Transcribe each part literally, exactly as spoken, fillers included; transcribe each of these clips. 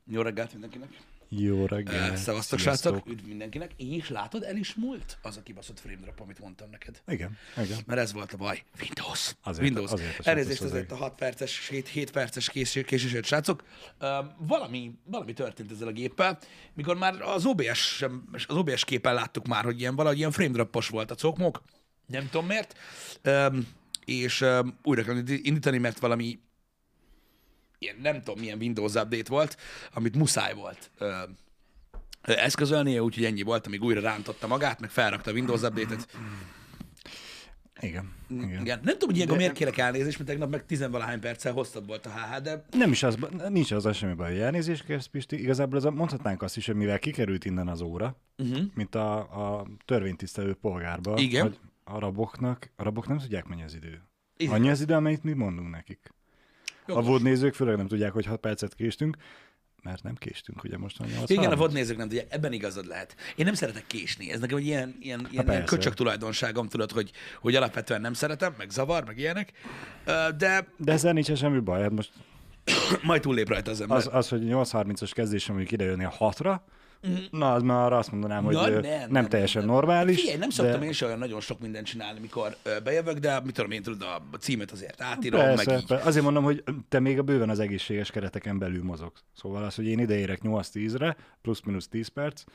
Jó reggelt mindenkinek. Jó reggelt. Szevasztok, srácok. Üdv mindenkinek. És látod, el is múlt az a kibaszott frame drop, amit mondtam neked. Igen, igen. Mert ez volt a baj. Windows. Azért, Windows. azért Elnézést azért a hat perces, hét perces késésért, srácok. Uh, valami, valami történt ezzel a géppel, mikor már az o bé es, az o bé es képen láttuk már, hogy ilyen valahogy ilyen frame droppos volt a cokmok. Nem tudom miért. Um, és um, újra kell indítani, mert valami ilyen, nem tudom milyen Windows update volt, amit muszáj volt uh, eszközölnie, úgyhogy ennyi volt, amíg újra rántotta magát, meg felrakta a Windows update-et. Igen, igen. Igen. Nem tudom, hogy ilyenkor miért kérek elnézést, mert tegnap meg tizenvalahány perccel hosszabb volt a há há, de... Nem is az, nincs az semmi baj, hogy elnézést kérsz, Pisti. Igazából az, mondhatnánk azt is, hogy mivel kikerült innen az óra, uh-huh. mint a, a törvénytisztelő polgárba, igen. hogy a raboknak, a rabok nem tudják, mennyi az idő. Igen. Annyi az idő, amennyit mi mondunk nekik. Jó, a vodnézők főleg nem tudják, hogy hat percet késtünk, mert nem késtünk, ugye most van nyolc Igen, a vodnézők nem tudják, ebben igazad lehet. Én nem szeretek késni, ez nekem egy ilyen, ilyen, ilyen, ilyen köcsög tulajdonságom, tudod, hogy, hogy alapvetően nem szeretem, meg zavar, meg ilyenek, de... De ezzel nincs semmi baj, hát most... Majd túllép rajta az ember. Az, az hogy nyolc harmincas kezdésre mondjuk idejönni a hatra, mm. na, az már arra azt mondanám, hogy ja, nem, nem, nem teljesen nem, normális. Figyelj, nem szoktam de... én sem olyan nagyon sok mindent csinálni, mikor ö, bejövök, de mit tudom én, tudod, a címet azért átírom, persze, meg így. Persze. Azért mondom, hogy te még a bőven az egészséges kereteken belül mozogsz. Szóval az, hogy én ideérek nyolc-tízre, plusz-minusz tíz perc,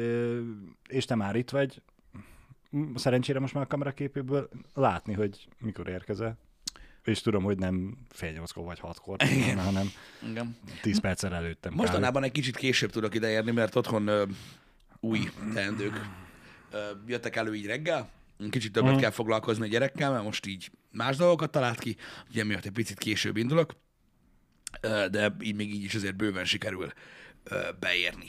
és te már itt vagy, szerencsére most már a kameraképéből látni, hogy mikor érkezel. És tudom, hogy nem fél nyolckor vagy hatkor, hanem Igen. tíz perccel előttem. Mostanában egy kicsit később tudok ideérni, mert otthon ö, új teendők ö, jöttek elő így reggel. Kicsit többet mm. kell foglalkozni a gyerekkel, mert most így más dolgokat talált ki. Ugye miatt egy picit később indulok, ö, de így még így is azért bőven sikerül ö, beérni.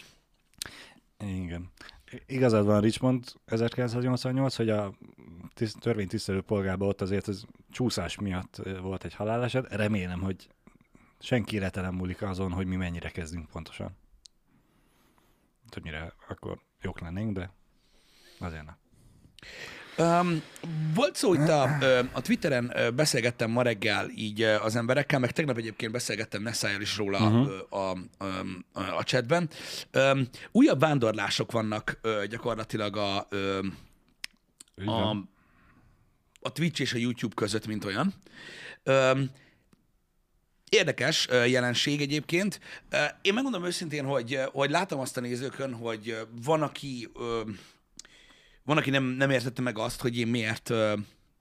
Igen. Igazad van, Richmond ezerkilencszáznyolcvannyolc, hogy a tiszt, törvénytisztelő polgárban ott azért az csúszás miatt volt egy haláleset. Remélem, hogy senki élete nem múlik azon, hogy mi mennyire kezdünk pontosan. Többnyire akkor jók lennénk, de azért nem. Um, volt szó itt a, a Twitteren, beszélgettem ma reggel így az emberekkel, meg tegnap egyébként beszélgettem Nessájjal is róla uh-huh. a, a, a, a chatben. Um, újabb vándorlások vannak uh, gyakorlatilag a, uh, a, a Twitch és a YouTube között, mint olyan. Um, Érdekes jelenség egyébként. Én megmondom őszintén, hogy, hogy látom azt a nézőkön, hogy van, aki... Van, aki nem, nem értette meg azt, hogy én miért, uh,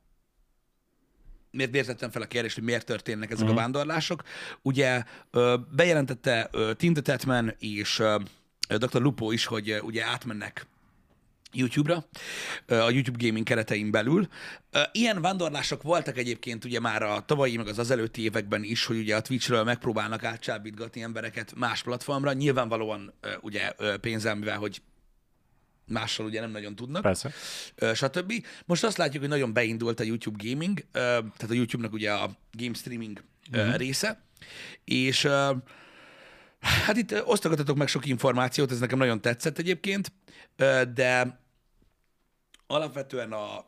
miért értettem fel a kérdést, hogy miért történnek ezek uh-huh. a vándorlások. Ugye uh, bejelentette uh, Tim the Tatman és uh, doktor Lupo is, hogy uh, ugye átmennek YouTube-ra, uh, a YouTube gaming keretein belül. Uh, ilyen vándorlások voltak egyébként ugye már a tavalyi, meg az az előtti években is, hogy ugye a Twitchről megpróbálnak átcsábítgatni embereket más platformra. Nyilvánvalóan uh, ugye uh, pénzzel, mivel hogy mással ugye nem nagyon tudnak, Persze. stb. Most azt látjuk, hogy nagyon beindult a YouTube gaming, tehát a YouTube-nak ugye a game streaming uh-huh. része, és hát itt osztogattatok meg sok információt, ez nekem nagyon tetszett egyébként, de alapvetően a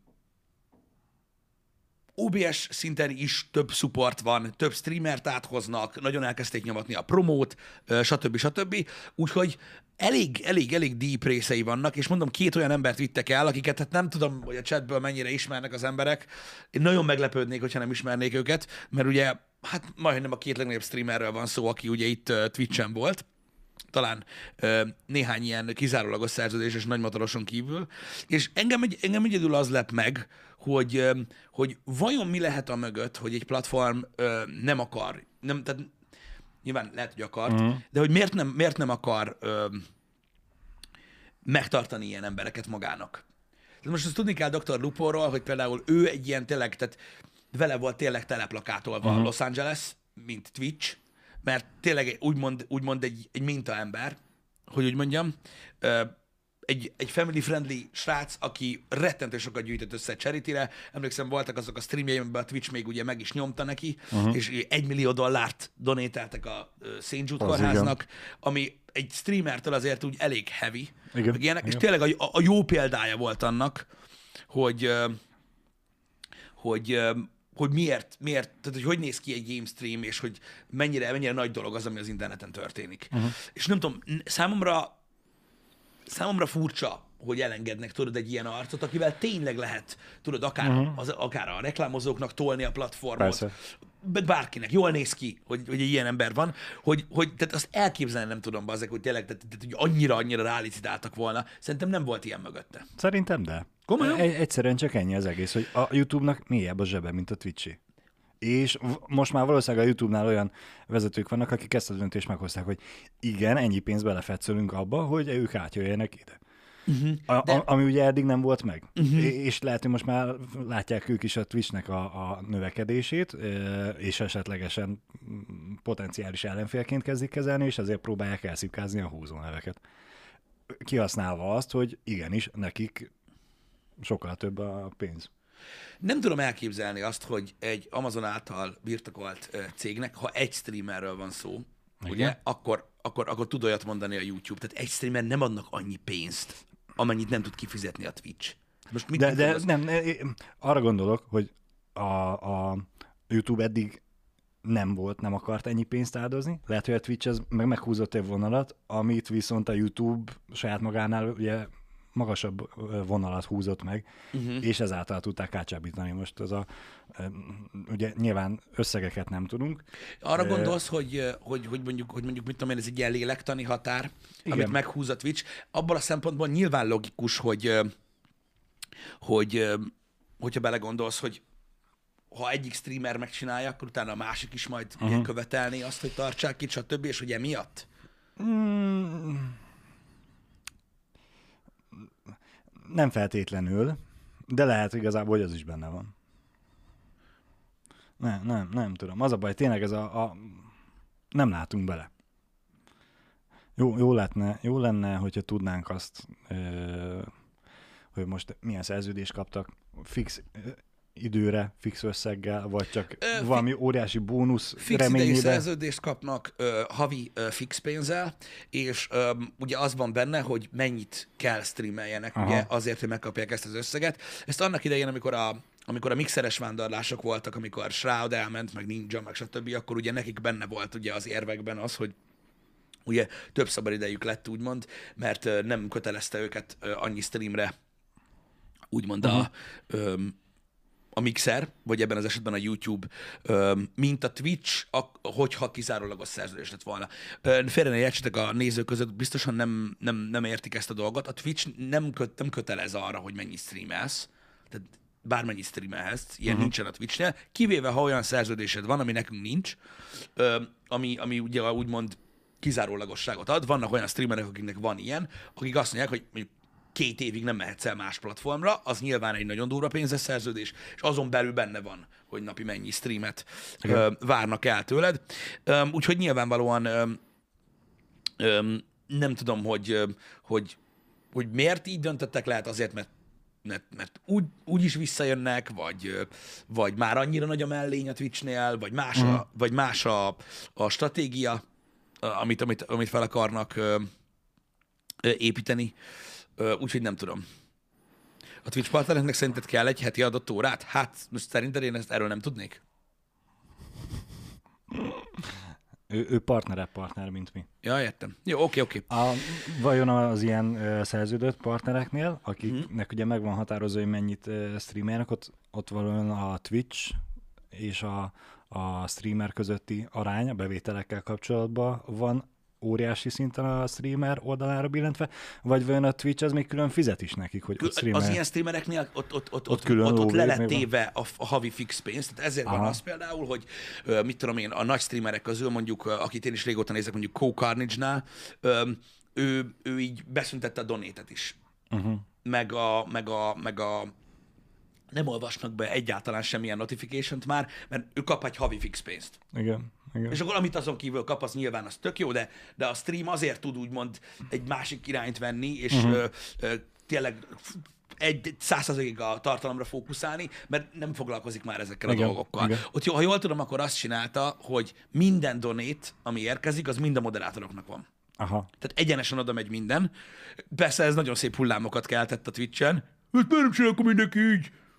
o bé es szinten is több support van, több streamert áthoznak, nagyon elkezdték nyomatni a promót, stb. stb. Úgyhogy elég, elég, elég deep részei vannak, és mondom, két olyan embert vittek el, akiket hát nem tudom, hogy a chatből mennyire ismernek az emberek. Én nagyon meglepődnék, hogyha nem ismernék őket, mert ugye, hát majdnem a két legnagyobb streamerről van szó, aki ugye itt uh, Twitchen volt, talán uh, néhány ilyen kizárólagos szerződéses nagymotoroson kívül, és engem, egy, engem egyedül az lep meg, hogy, uh, hogy vajon mi lehet a mögött, hogy egy platform uh, nem akar, nem, tehát nyilván lehet, hogy akart, uh-huh. de hogy miért nem, miért nem akar ö, megtartani ilyen embereket magának. Tehát most azt tudni kell doktor Luporól, hogy például ő egy ilyen tényleg, tehát vele volt tényleg teleplakátolva uh-huh. Los Angeles, mint Twitch, mert tényleg úgymond, úgymond egy, egy mintaember, hogy úgy mondjam, ö, egy, egy family-friendly srác, aki rettentő sokat gyűjtött össze charity-re. Emlékszem, voltak azok a streamjeim, amiben a Twitch még ugye meg is nyomta neki, uh-huh. és egy millió dollárt donételtek a Saint Jude kórháznak, ami egy streamertől azért úgy elég heavy. Igen. Meg ilyenek, Igen. és tényleg a, a jó példája volt annak, hogy, hogy, hogy miért, miért, tehát hogy hogy néz ki egy game stream, és hogy mennyire, mennyire nagy dolog az, ami az interneten történik. Uh-huh. És nem tudom, számomra, számomra furcsa, hogy elengednek, tudod, egy ilyen arcot, akivel tényleg lehet, tudod, akár, uh-huh. az, akár a reklámozóknak tolni a platformot, persze. Bárkinek jól néz ki, hogy, hogy egy ilyen ember van, hogy, hogy tehát azt elképzelni nem tudom, bazzek, hogy tényleg, tehát, tehát, hogy annyira-annyira rálicitáltak volna. Szerintem nem volt ilyen mögötte. Szerintem de. Komolyan? Egy, egyszerűen csak ennyi az egész, hogy a YouTube-nak mélyebb a zsebe, mint a Twitch-é. És most már valószínűleg a YouTube-nál olyan vezetők vannak, akik ezt a döntést meghozták, hogy igen, ennyi pénzt belefetszölünk abba, hogy ők átjöjjenek ide. Uh-huh. A, De... Ami ugye eddig nem volt meg. Uh-huh. És lehet, hogy most már látják ők is a Twitch-nek a, a növekedését, és esetlegesen potenciális ellenfélként kezdik kezelni, és ezért próbálják elszipkázni a húzóneveket. Kihasználva azt, hogy igenis, nekik sokkal több a pénz. Nem tudom elképzelni azt, hogy egy Amazon által birtokolt cégnek, ha egy streamerről van szó, igen. ugye, akkor, akkor, akkor tud olyat mondani a YouTube. Tehát egy streamer nem adnak annyi pénzt, amennyit nem tud kifizetni a Twitch. Most mit de de nem, nem, arra gondolok, hogy a, a YouTube eddig nem volt, nem akart ennyi pénzt áldozni. Lehet, hogy a Twitch az meg meghúzott egy vonalat, amit viszont a YouTube saját magánál ugye magasabb vonalat húzott meg, uh-huh. és ezáltal tudták átcsábítani. Most az a, ugye nyilván összegeket nem tudunk. Arra gondolsz, hogy, hogy, hogy, mondjuk, hogy mondjuk, mit tudom én, ez egy ilyen lélektani határ, igen. amit meghúz a Twitch. Abban a szempontból nyilván logikus, hogy, hogy hogyha belegondolsz, hogy ha egyik streamer megcsinálja, akkor utána a másik is majd uh-huh. követelni azt, hogy tartsák ki, stb., és hogy emiatt? Mm. Nem feltétlenül, de lehet igazából, hogy az is benne van. Nem, nem, nem tudom. Az a baj, tényleg ez a... a... nem látunk bele. Jó, jó, lenne, jó lenne, hogyha tudnánk azt, ö, hogy most milyen szerződést kaptak fix időre, fix összeggel, vagy csak ö, valami fi- óriási bónusz fix reményében. Fix idei szerződést kapnak ö, havi ö, fix pénzzel, és ö, ugye az van benne, hogy mennyit kell streameljenek, ugye, azért, hogy megkapják ezt az összeget. Ezt annak idején, amikor a, amikor a mixeres vándorlások voltak, amikor Shroud elment, meg Ninja, meg stb., akkor ugye nekik benne volt ugye az érvekben az, hogy ugye több szabadidejük lett, úgymond, mert ö, nem kötelezte őket ö, annyi streamre, úgymond uh-huh. a... Ö, a Mixer, vagy ebben az esetben a YouTube, mint a Twitch, hogyha kizárólagos szerződés lett volna. Félre ne értsetek, a nézők között biztosan nem, nem, nem értik ezt a dolgot. A Twitch nem, köt, nem kötelez arra, hogy mennyi streamelsz, tehát bármennyi streamelhetsz, ilyen uh-huh. nincsen a Twitchnél, kivéve, ha olyan szerződésed van, ami nekünk nincs, ami, ami ugye úgymond kizárólagosságot ad. Vannak olyan streamerek, akiknek van ilyen, akik azt mondják, hogy mondjuk két évig nem mehetsz el más platformra, az nyilván egy nagyon durva pénzes szerződés, és azon belül benne van, hogy napi mennyi streamet ö, várnak el tőled. Ö, úgyhogy nyilvánvalóan ö, ö, nem tudom, hogy, ö, hogy, hogy miért így döntöttek, lehet azért, mert, mert, mert úgy, úgy is visszajönnek, vagy, ö, vagy már annyira nagy a mellény a Twitchnél, vagy más, mm. a, vagy más a, a stratégia, amit, amit, amit fel akarnak ö, ö, építeni. Úgyhogy nem tudom. A Twitch partnereknek szerinted kell egy heti adott órát? Hát, most szerinted én ezt erről nem tudnék? Ő, ő partnerebb partner, mint mi. Ja, értem. Jó, oké, oké. A, vajon az ilyen uh, szerződött partnereknél, akiknek hmm. ugye megvan határozó, hogy mennyit uh, streamelnek, ott, ott valóan a Twitch és a, a streamer közötti arány a bevételekkel kapcsolatban van óriási szinten a streamer oldalára billentve, vagy vajon a Twitch az még külön fizet is nekik, hogy ott streamer... Az ilyen streamereknél ott, ott, ott, ott, ott, ott, ott le lett téve a, a havi fix pénz, tehát ezért Aha. van az például, hogy mit tudom én, a nagy streamerek közül mondjuk, akit én is régóta nézek, mondjuk Co Carnage-nál, ő, ő így beszüntette a donate-et is. Uh-huh. Meg a, meg a, meg a nem olvasnak be egyáltalán semmilyen notification-t már, mert ő kap egy havi fix pénzt. Igen. Igen. És akkor amit azon kívül kap, az nyilván az tök jó, de, de a stream azért tud úgymond egy másik irányt venni, és uh-huh. ö, ö, tényleg egy százszerzalékig a tartalomra fókuszálni, mert nem foglalkozik már ezekkel igen, a dolgokkal. Igen. Ott jó, ha jól tudom, akkor azt csinálta, hogy minden donate, ami érkezik, az mind a moderátoroknak van. Aha. Tehát egyenesen oda megy minden. Persze ez nagyon szép hullámokat keltett a Twitch-en. Ezt már nem csinálok mindenki így.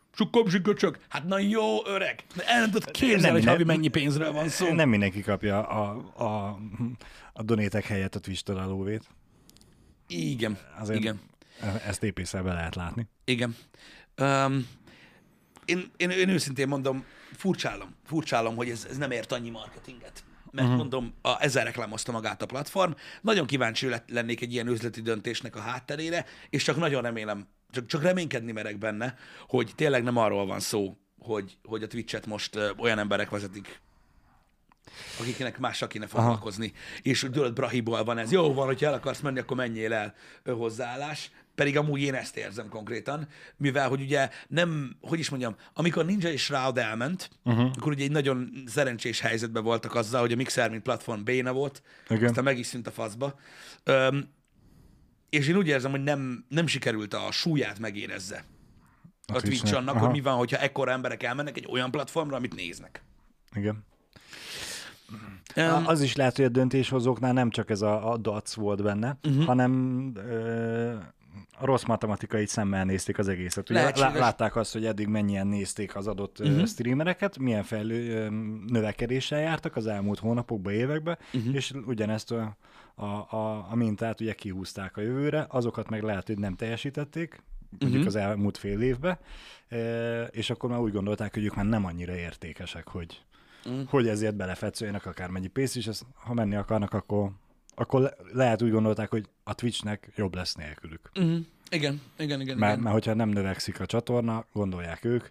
Sukkom, köcsög. Hát na jó, öreg. El nem tudod képzelni, Nem, hogy nem. havi mennyi pénzről van szó. Nem mindenki kapja a, a, a donétek helyett a Twitch-től a lóvét. Igen, Azért igen. Ezt épészel be lehet látni. Igen. Um, én, én, én őszintén mondom, furcsálom, furcsálom, hogy ez, ez nem ért annyi marketinget. Mert uh-huh. mondom, a, ezzel reklámozta magát a platform. Nagyon kíváncsi lett, lennék egy ilyen üzleti döntésnek a hátterére, és csak nagyon remélem, csak, csak reménykedni merek benne, hogy tényleg nem arról van szó, hogy, hogy a Twitch-et most ö, olyan emberek vezetik, akiknek mással kéne foglalkozni. Aha. És tudod, Brahiból van ez. Jó van, hogyha el akarsz menni, akkor menjél el ö, hozzáállás. Pedig amúgy én ezt érzem konkrétan, mivel, hogy ugye nem, hogy is mondjam, amikor Ninja és Shroud elment, uh-huh. akkor ugye egy nagyon szerencsés helyzetben voltak azzal, hogy a Mixer, mint platform béna volt, igen. Aztán meg is szűnt a faszba. Öm, és én úgy érzem, hogy nem, nem sikerült a súlyát megérezze a, a Twitch annak, hogy mi van, hogyha ekkora emberek elmennek egy olyan platformra, amit néznek. Igen. Um, az is lehet, hogy a döntéshozóknál nem csak ez a, a dac volt benne, uh-huh. hanem ö, a rossz matematikai szemmel nézték az egészet. Ugye lá- látták azt, hogy eddig mennyien nézték az adott uh-huh. streamereket, milyen fejlő növekedéssel jártak az elmúlt hónapokban, években, uh-huh. és ugyanezt a, a, a, a mintát ugye kihúzták a jövőre, azokat meg lehet, hogy nem teljesítették, mondjuk uh-huh. az elmúlt fél évben, és akkor már úgy gondolták, hogy ők már nem annyira értékesek, hogy, uh-huh. hogy ezért belefetszöljenek akármennyi pénzt, és ezt, ha menni akarnak, akkor akkor le- lehet úgy gondolták, hogy a Twitchnek jobb lesz nélkülük. Uh-huh. Igen, igen, igen. Mert, igen. mert hogyha nem növekszik a csatorna, gondolják ők,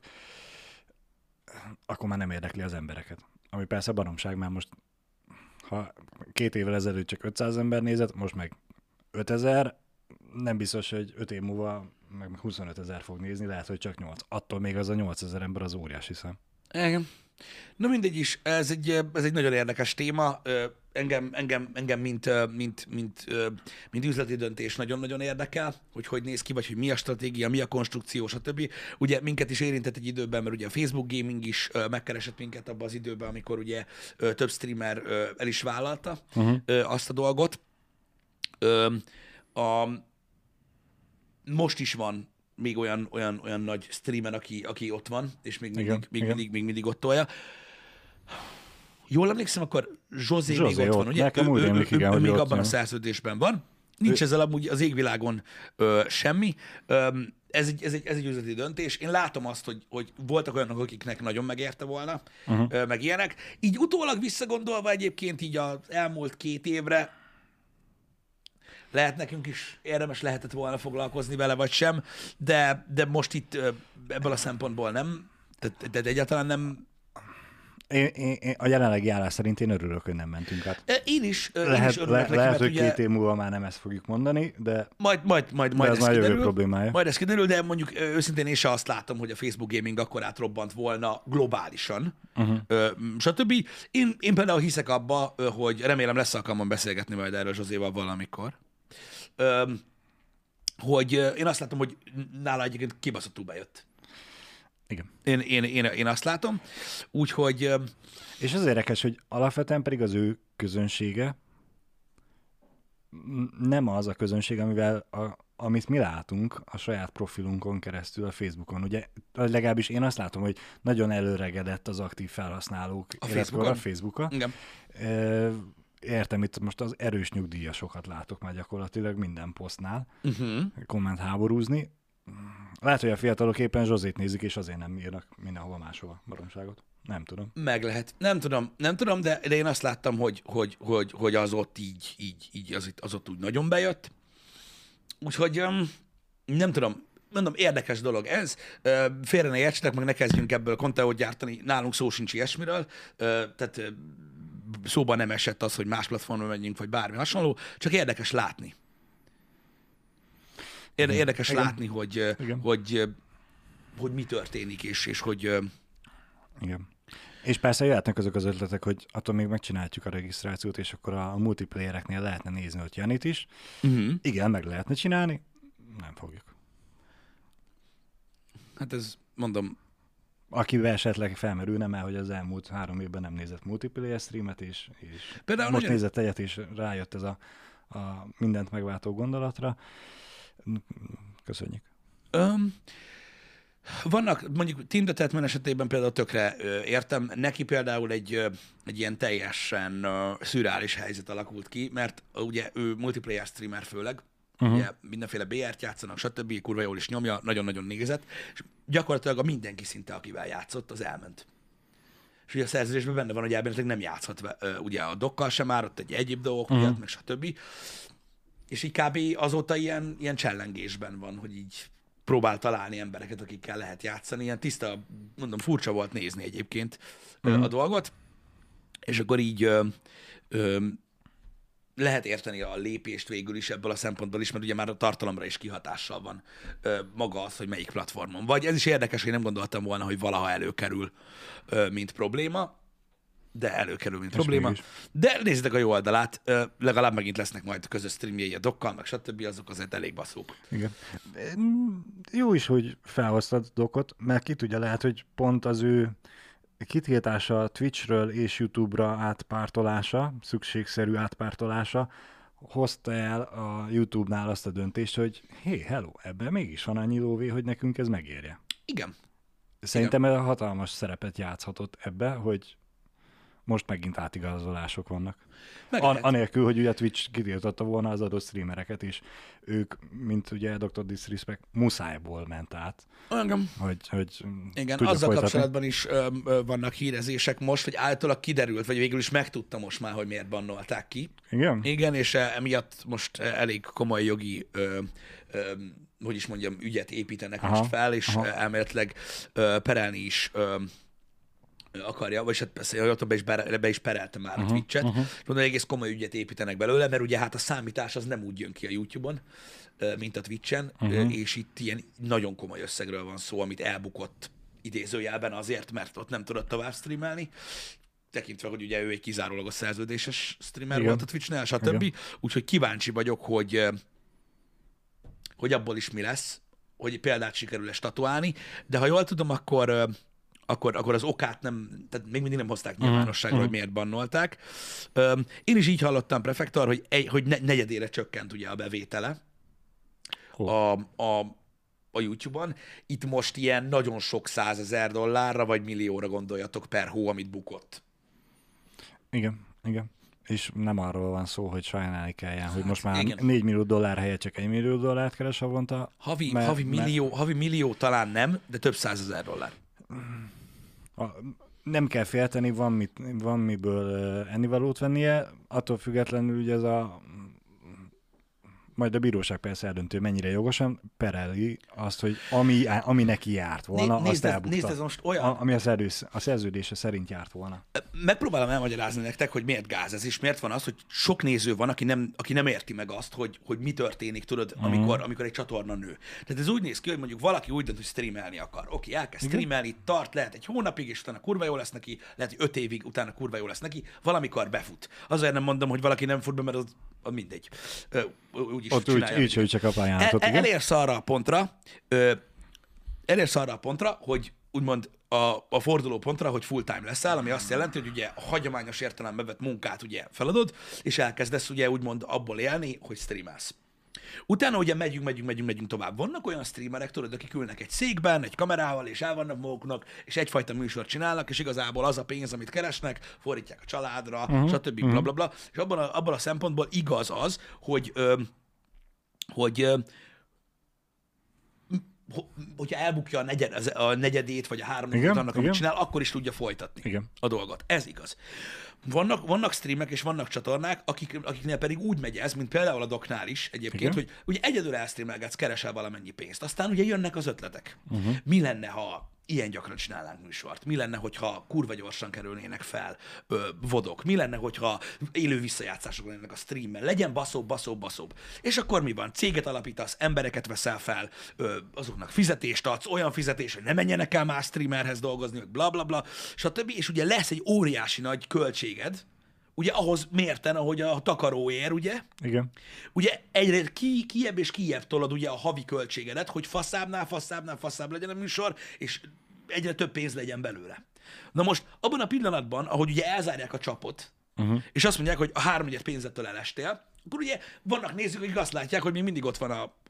akkor már nem érdekli az embereket. Ami persze baromság, mert most, ha két évvel ezelőtt csak ötszáz ember nézett, most meg ötezer, nem biztos, hogy öt év múlva meg huszonöt ezer fog nézni, lehet, hogy csak nyolc. Attól még az a nyolcezer ember az óriási szám. Igen. Na mindegy is, ez egy, ez egy nagyon érdekes téma. Engem, engem, engem mint, mint, mint, mint üzleti döntés nagyon-nagyon érdekel, hogy hogy néz ki, vagy hogy mi a stratégia, mi a konstrukció, stb. Ugye minket is érintett egy időben, mert ugye a Facebook Gaming is megkeresett minket abban az időben, amikor ugye több streamer el is vállalta uh-huh. azt a dolgot. A, most is van még olyan, olyan, olyan nagy streamer, aki, aki ott van, és még mindig, igen, még, igen. Mindig, még mindig ott tolja. Jól emlékszem, akkor Zsozé, Zsozé még ott, ott van, ugye? Nekem ő, ő, ő, igen, ő még abban van. A szerződésben van. Nincs ő... ezzel amúgy az égvilágon ö, semmi. Ö, ez, egy, ez, egy, ez egy üzleti döntés. Én látom azt, hogy, hogy voltak olyanok, akiknek nagyon megérte volna, uh-huh. ö, meg ilyenek. Így utólag visszagondolva egyébként így az elmúlt két évre, lehet nekünk is érdemes lehetett volna foglalkozni vele, vagy sem, de, de most itt ebből a szempontból nem, de, de egyáltalán nem. Én, én, a jelenlegi állás szerint én örülök, hogy nem mentünk át. Én is, lehet, én is örülök le, neki, lehet, mert hogy ugye... két év múlva már nem ezt fogjuk mondani, de, majd, majd, majd, de majd ez ez már kiderül. jövő problémája. Majd ez kiderül, de mondjuk őszintén én se azt látom, hogy a Facebook Gaming akkor átrobbant volna globálisan, uh-huh. stb. Én, én például hiszek abba, hogy remélem lesz alkalmam beszélgetni majd erről Zsozéval valamikor, hogy én azt látom, hogy nála egyébként kibaszottul bejött. Igen. Én, én, én, én azt látom. Úgyhogy... És az érdekes, hogy alapvetően pedig az ő közönsége nem az a közönség, amivel a, amit mi látunk a saját profilunkon keresztül a Facebookon. Ugye legalábbis én azt látom, hogy nagyon előregedett az aktív felhasználók a Facebookon. A Facebookon. Igen. Értem, itt most az erős nyugdíjasokat látok már gyakorlatilag minden posztnál uh-huh. komment háborúzni. Lehet, hogy a fiatalok éppen Zsozét nézik, és azért nem írnak mindenhova máshova baromságot. Nem tudom. Meg lehet. Nem tudom, nem tudom, de, de én azt láttam, hogy, hogy, hogy, hogy az ott így, így, így az, az ott úgy nagyon bejött. Úgyhogy um, nem tudom, mondom, érdekes dolog ez. Uh, félre ne értsetek, meg ne kezdjünk ebből konteót gyártani. Nálunk szó sincs ilyesmiről. Uh, tehát uh, szóban nem esett az, hogy más platformra menjünk, vagy bármi hasonló. Csak érdekes látni. Érdekes Igen. látni, hogy, hogy, hogy mi történik, és, és hogy... Igen. És persze jöhetnek azok az ötletek, hogy attól még megcsináljuk a regisztrációt, és akkor a multiplayereknél lehetne nézni ott Janit is. Uh-huh. Igen, meg lehetne csinálni, nem fogjuk. Hát ez, mondom... Akivel esetleg felmerülne, mert hogy az elmúlt három évben nem nézett multiplayer streamet, és, és most nagyon... nézett egyet, és rájött ez a, a mindent megváltó gondolatra. Köszönjük. Um, Vannak, mondjuk Team the Tatman esetében például tökre ö, értem, neki például egy, ö, egy ilyen teljesen ö, szürreális helyzet alakult ki, mert ö, ugye ő multiplayer streamer főleg, uh-huh. ugye mindenféle bé er-t játszanak, stb. Kurva jól is nyomja, nagyon-nagyon nézett, és gyakorlatilag a mindenki szinte, akivel játszott, az elment. És ugye a szerződésben benne van, hogy elméletileg nem játszhat ö, ugye a dokkal sem már, ott egy egyéb dolgok uh-huh. miatt, meg stb. És így kb. Azóta ilyen, ilyen csellengésben van, hogy így próbál találni embereket, akikkel lehet játszani. Ilyen tiszta, mondom, furcsa volt nézni egyébként mm. a dolgot. És akkor így ö, ö, lehet érteni a lépést végül is ebből a szempontból is, mert ugye már a tartalomra is kihatással van ö, maga az, hogy melyik platformon. Vagy ez is érdekes, hogy nem gondoltam volna, hogy valaha előkerül, ö, mint probléma, de előkerül, mint és probléma. Mégis. De nézzétek a jó oldalát, legalább megint lesznek majd közös streamjei a dokkal, meg stb. Azok azért elég baszók. Igen. Jó is, hogy felhoztad dokot, mert ki tudja, lehet, hogy pont az ő kitiltása Twitchről és YouTube-ra átpártolása, szükségszerű átpártolása hozta el a YouTube-nál azt a döntést, hogy hé, hello, ebben mégis van annyi lóvé, hogy nekünk ez megérje. Igen. Szerintem ez hatalmas szerepet játszhatott ebbe, hogy most megint átigazolások vannak. An- anélkül, hogy ugye Twitch kitiltotta volna az adott streamereket, és ők, mint ugye doktor Disrespect, muszájból ment át. Igen. Hogy, hogy Igen, azzal folytatni. Kapcsolatban is ö, ö, vannak hírezések most, hogy általában kiderült, vagy végül is megtudta most már, hogy miért bannolták ki. Igen? Igen, és emiatt most elég komoly jogi, ö, ö, hogy is mondjam, ügyet építenek aha, most fel, és aha. elméletileg ö, perelni is ö, akarja, vagy hát persze, be is, be is perelte már uh-huh, a Twitch-et, uh-huh. és mondom, egész komoly ügyet építenek belőle, mert ugye hát a számítás az nem úgy jön ki a YouTube-on, mint a Twitch-en, uh-huh. és itt ilyen nagyon komoly összegről van szó, amit elbukott idézőjelben azért, mert ott nem tudott tovább streamelni, tekintve, hogy ugye ő egy kizárólagos szerződéses streamer igen. volt a Twitch-nél, stb. Úgyhogy kíváncsi vagyok, hogy, hogy abból is mi lesz, hogy példát sikerül-e statuálni, de ha jól tudom, akkor Akkor, akkor az okát nem, tehát még mindig nem hozták nyilvánosságra, uh-huh. hogy miért bannolták. Um, én is így hallottam, prefektor, hogy, egy, hogy ne, negyedére csökkent ugye a bevétele oh. a, a, a YouTube-on. Itt most ilyen nagyon sok százezer dollárra, vagy millióra gondoljatok per hó, amit bukott. Igen, igen. És nem arról van szó, hogy sajnálni kelljen, hát, hogy most már igen. négy millió dollár helyett csak egy millió dollárt keres havonta. Havi, mert, havi, millió, mert... havi millió talán nem, de több százezer dollár. A, nem kell félteni, van, mit, van miből uh, ennivalót vennie, attól függetlenül ugye ez a majd a bíróság persze eldöntő, mennyire jogosan pereli azt, hogy ami, ami neki járt volna, né, azt ez, elbukta. Nézd, ez most olyan... A, ami a, szerződés, a szerződése szerint járt volna. Megpróbálom elmagyarázni nektek, hogy miért gáz ez, és miért van az, hogy sok néző van, aki nem, aki nem érti meg azt, hogy, hogy mi történik, tudod, amikor, uh-huh. amikor egy csatorna nő. Tehát ez úgy néz ki, hogy mondjuk valaki úgy dönt, hogy streamelni akar. Oké, elkezd streamelni, tart, lehet egy hónapig, és utána kurva jó lesz neki, lehet, hogy öt évig, utána kurva jó lesz neki, valamikor befut. Azért nem mondom, hogy valaki nem fut be, mert az, az mindegy. Úgy is ott úgy, úgy, úgy csak a pályánatot, el, elérsz arra a pontra, ö, elérsz arra a pontra, hogy úgymond a, a forduló pontra, hogy full time leszel, ami azt jelenti, hogy ugye a hagyományos értelembe vett munkát ugye feladod, és elkezdesz ugye úgymond abból élni, hogy streamelsz. Utána ugye megyünk, megyünk, megyünk, megyünk tovább. Vannak olyan streamerek, tudod, akik ülnek egy székben, egy kamerával, és el vannak maguknak, és egyfajta műsort csinálnak, és igazából az a pénz, amit keresnek, fordítják a családra, uh-huh. stb. Uh-huh. Bla, bla, bla. És abban a, abban a szempontból igaz az, hogy, ö, hogy ö, hogyha elbukja a, negyed, a negyedét, vagy a háromnegyedét annak, amit csinál, akkor is tudja folytatni igen. a dolgot. Ez igaz. Vannak, vannak streamek és vannak csatornák, akik, akiknél pedig úgy megy ez, mint például a Doknál is egyébként, igen. hogy ugye egyedül elstreamelgetsz, keresel valamennyi pénzt. Aztán ugye jönnek az ötletek. Uh-huh. Mi lenne, ha ilyen gyakran csinálnánk műsort? Mi lenne, hogyha kurva gyorsan kerülnének fel ö, vodok? Mi lenne, hogyha élő visszajátszások lennének a streamben? Legyen baszóbb, baszóbb, baszóbb. És akkor mi van? Céget alapítasz, embereket veszel fel, ö, azoknak fizetést adsz, olyan fizetés, hogy ne menjenek el más streamerhez dolgozni, meg bla bla bla, stb. És ugye lesz egy óriási nagy költséged, ugye ahhoz mérten, ahogy a takaró ér, ugye? Igen. Ugye egyre ki, kijebb és kijebb tolod ugye a havi költségedet, hogy faszábbnál, faszábbnál, faszább legyen a műsor, és egyre több pénz legyen belőle. Na most, abban a pillanatban, ahogy ugye elzárják a csapot, uh-huh. és azt mondják, hogy a háromnegyed pénzettől elestél, akkor ugye vannak nézők, akik azt látják, hogy még mindig ott van a,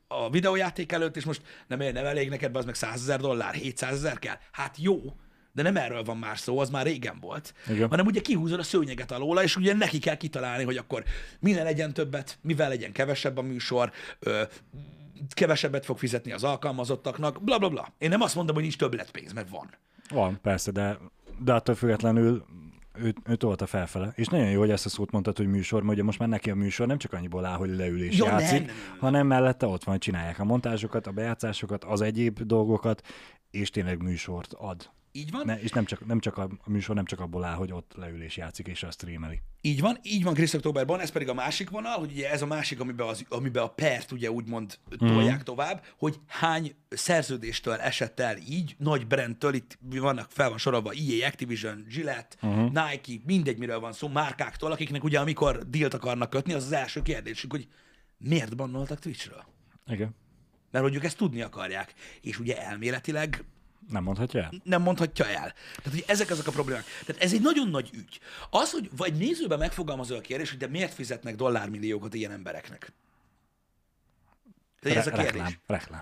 a videójáték előtt, és most nem, nem elég neked, az meg százezer dollár, hétszázezer kell? Hát jó, de nem erről van már szó, az már régen volt, Igen. hanem ugye kihúzod a szőnyeget alóla, és ugye neki kell kitalálni, hogy akkor minden legyen többet, mivel legyen kevesebb a műsor, ö, kevesebbet fog fizetni az alkalmazottaknak, bla bla bla. Én nem azt mondom, hogy nincs többletpénz, mert van. Van, persze, de, de attól függetlenül ő, ő tolta felfele. És nagyon jó, hogy ezt a szót mondtad, hogy műsor, mert ugye most már neki a műsor nem csak annyiból áll, hogy leül és Ja, játszik, nem, nem, nem. hanem mellette ott van, csinálják a montázsokat, a bejátszásokat, az egyéb dolgokat, és tényleg műsort ad. Így van? Ne, és nem csak, nem csak a, a műsor nem csak abból áll, hogy ott leül és játszik, és azt streameli. Így van, így van Chris Októberban, ez pedig a másik vonal, hogy ugye ez a másik, amiben, az, amiben a pert ugye úgymond tolják mm-hmm. tovább, hogy hány szerződéstől esett el így, nagy brandtől, itt vannak, fel van sorolva E A, Activision, Gillette, mm-hmm. Nike, mindegy, miről van szó, márkáktól, akiknek ugye amikor dealt akarnak kötni, az az első kérdésük, hogy miért bannoltak Twitchről? Igen. Mert hogy ők ezt tudni akarják, és ugye elméletileg Nem mondhatja el? nem mondhatja el. Tehát, hogy ezek azok a problémák. Tehát ez egy nagyon nagy ügy. Az, hogy vagy nézőben megfogalmazol a kérdés, hogy de miért fizetnek dollármilliókat ilyen embereknek? De ez a Re- kérdés. Reklám, reklám.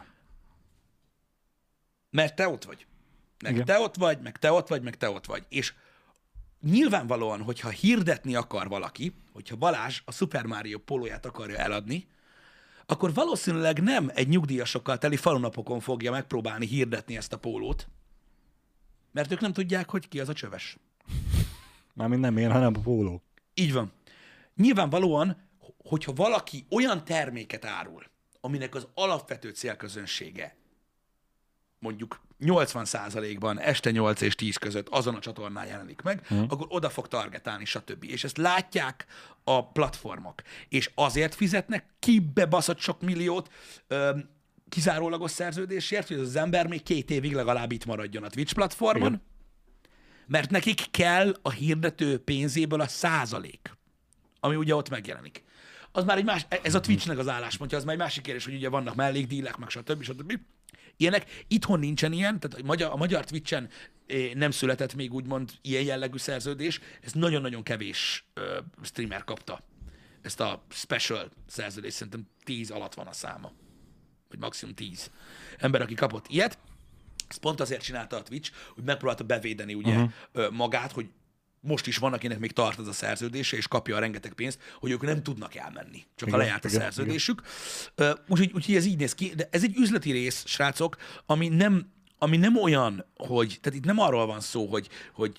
Mert te ott vagy. Meg Igen. te ott vagy, meg te ott vagy, meg te ott vagy. És nyilvánvalóan, hogyha hirdetni akar valaki, hogyha Balázs a Super Mario pólóját akarja eladni, akkor valószínűleg nem egy nyugdíjasokkal teli falunapokon fogja megpróbálni hirdetni ezt a pólót, mert ők nem tudják, hogy ki az a csöves. Mármint nem én, hanem a póló. Így van. Nyilvánvalóan, hogyha valaki olyan terméket árul, aminek az alapvető célközönsége mondjuk nyolcvan százalékban este nyolc és tíz között azon a csatornán jelenik meg, hmm. akkor oda fog targetálni, stb. És ezt látják a platformok. És azért fizetnek ki bebaszott sok milliót ö, kizárólagos szerződésért, hogy az ember még két évig legalább itt maradjon a Twitch platformon, igen. Mert nekik kell a hirdető pénzéből a százalék, ami ugye ott megjelenik. Az már egy más, ez a Twitchnek az álláspontja, az már egy másik kérdés, hogy ugye vannak mellékdílek, meg stb. stb. Ilyenek. Itthon nincsen ilyen, tehát a magyar, a magyar Twitchen nem született még úgymond ilyen jellegű szerződés, ez nagyon-nagyon kevés uh, streamer kapta. Ezt a special szerződést, szerintem tíz alatt van a száma. Vagy maximum tíz ember, aki kapott ilyet. Ezt pont azért csinálta a Twitch, hogy megpróbálta bevédeni ugye uh-huh. magát, hogy most is van, akinek még tart ez a szerződése, és kapja a rengeteg pénzt, hogy ők nem tudnak elmenni, csak igen, ha lejárt a igen, szerződésük. Úgyhogy úgy, ez így néz ki, de ez egy üzleti rész, srácok, ami nem, ami nem olyan, hogy, tehát itt nem arról van szó, hogy, hogy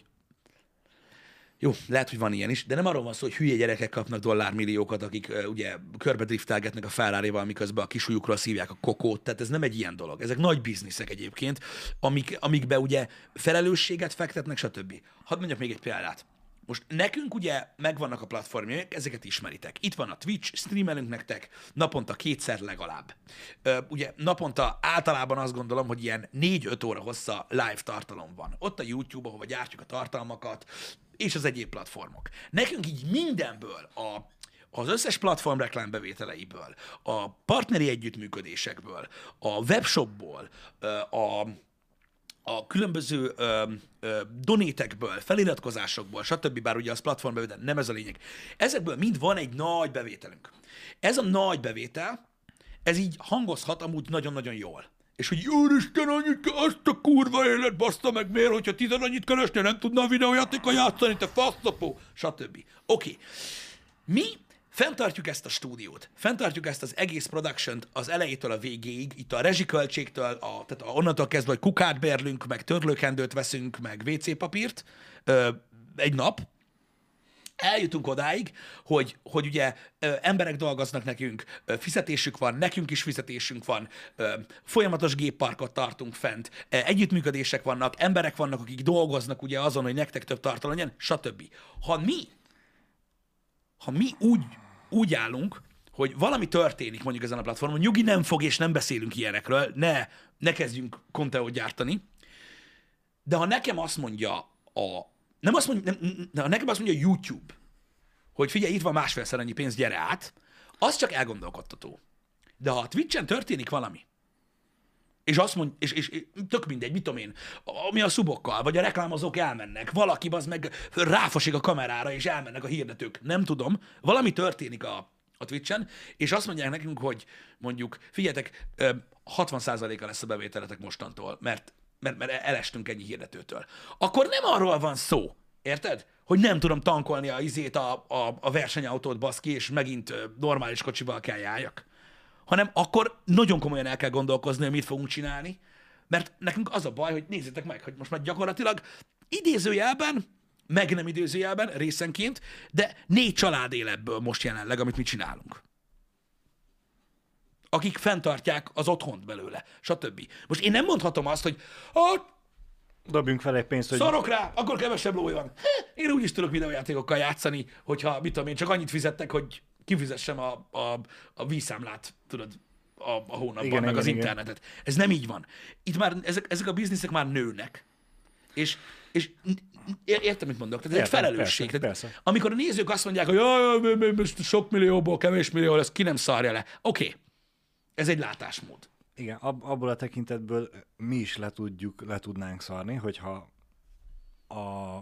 jó, lehet, hogy van ilyen is, de nem arról van szó, hogy hülye gyerekek kapnak dollármilliókat, akik uh, ugye körbe driftelgetnek a Ferrari-val, miközben a kisujjukról szívják a kokót, tehát ez nem egy ilyen dolog. Ezek nagy bizniszek egyébként, amik, amikbe ugye felelősséget fektetnek, stb. Hadd mondjak még egy példát. Most nekünk ugye megvannak a platformjaink, ezeket ismeritek. Itt van a Twitch, streamelünk nektek naponta kétszer legalább. Ö, ugye naponta általában azt gondolom, hogy ilyen négy-öt óra hossza live tartalom van. Ott a YouTube, ahova gyártjuk a tartalmakat, és az egyéb platformok. Nekünk így mindenből, a, az összes platform reklámbevételeiből, a partneri együttműködésekből, a webshopból, a, a különböző ö, ö, donétekből, feliratkozásokból, stb. Bár ugye az platformbevétel, nem ez a lényeg. Ezekből mind van egy nagy bevételünk. Ez a nagy bevétel, ez így hangozhat amúgy nagyon-nagyon jól. És hogy úristen, annyit kell, azt a kurva élet, baszta meg, miért, hogyha tizen annyit keresnél, nem tudna a videójátékkal játszani, te faszapó, stb. Oké. Okay. Mi fenntartjuk ezt a stúdiót, fenntartjuk ezt az egész production-t az elejétől a végéig, itt a rezsiköltségtől, a, tehát a, onnantól kezdve, hogy kukát bérlünk, meg törlőkendőt veszünk, meg vé cé papírt ö, egy nap, eljutunk odáig, hogy, hogy ugye ö, emberek dolgoznak nekünk, ö, fizetésük van, nekünk is fizetésünk van, ö, folyamatos gépparkot tartunk fent, ö, együttműködések vannak, emberek vannak, akik dolgoznak ugye azon, hogy nektek több tartalom legyen, stb. Ha mi, ha mi úgy, úgy állunk, hogy valami történik mondjuk ezen a platformon, nyugi nem fog, és nem beszélünk ilyenekről, ne, ne kezdjünk konteót gyártani, de ha nekem azt mondja a Nem azt mondja, nem, nem, nekem azt mondja a YouTube, hogy figyelj, itt van másfélszer annyi pénz, gyere át, az csak elgondolkodtató. De ha a Twitchen történik valami, és azt mond, és, és, és tök mindegy, mit tudom én, ami a szubokkal, vagy a reklámozók elmennek, valaki az meg ráfosik a kamerára, és elmennek a hirdetők, nem tudom, valami történik a, a Twitchen, és azt mondják nekünk, hogy mondjuk, figyeljetek, ö, hatvan százaléka lesz a bevételetek mostantól, mert, mert, mert elestünk ennyi hirdetőtől. Akkor nem arról van szó, érted? Hogy nem tudom tankolni a izét, a, a, a versenyautót, baszki, és megint ö, normális kocsival kell járjak. Hanem akkor nagyon komolyan el kell gondolkozni, hogy mit fogunk csinálni, mert nekünk az a baj, hogy nézzétek meg, hogy most már gyakorlatilag idézőjelben, meg nem idézőjelben, részenként, de négy család él ebből most jelenleg, amit mi csinálunk. Akik fenntartják az otthont belőle, stb. Most én nem mondhatom azt, hogy hát, Dobjunk fel egy pénzt, hogy... szarok rá, akkor kevesebb lój van. Én úgy is tudok videójátékokkal játszani, hogyha, mit tudom én, csak annyit fizettek, hogy kifizessem a, a, a vízszámlát, tudod, a, a hónapban, Igen, meg igen, az igen. internetet. Ez nem így van. Itt már ezek, ezek a bizniszek már nőnek, és, és ér- értem, mit mondok. Tehát ez egy Értem, felelősség. persze, Tehát, persze. amikor a nézők azt mondják, hogy jaj, jaj, jaj, most sok millióból kevés millió lesz, ki nem szarja le. Oké, okay. Ez egy látásmód. Igen, ab, abból a tekintetből mi is le, tudjuk, le tudnánk szarni, hogyha a,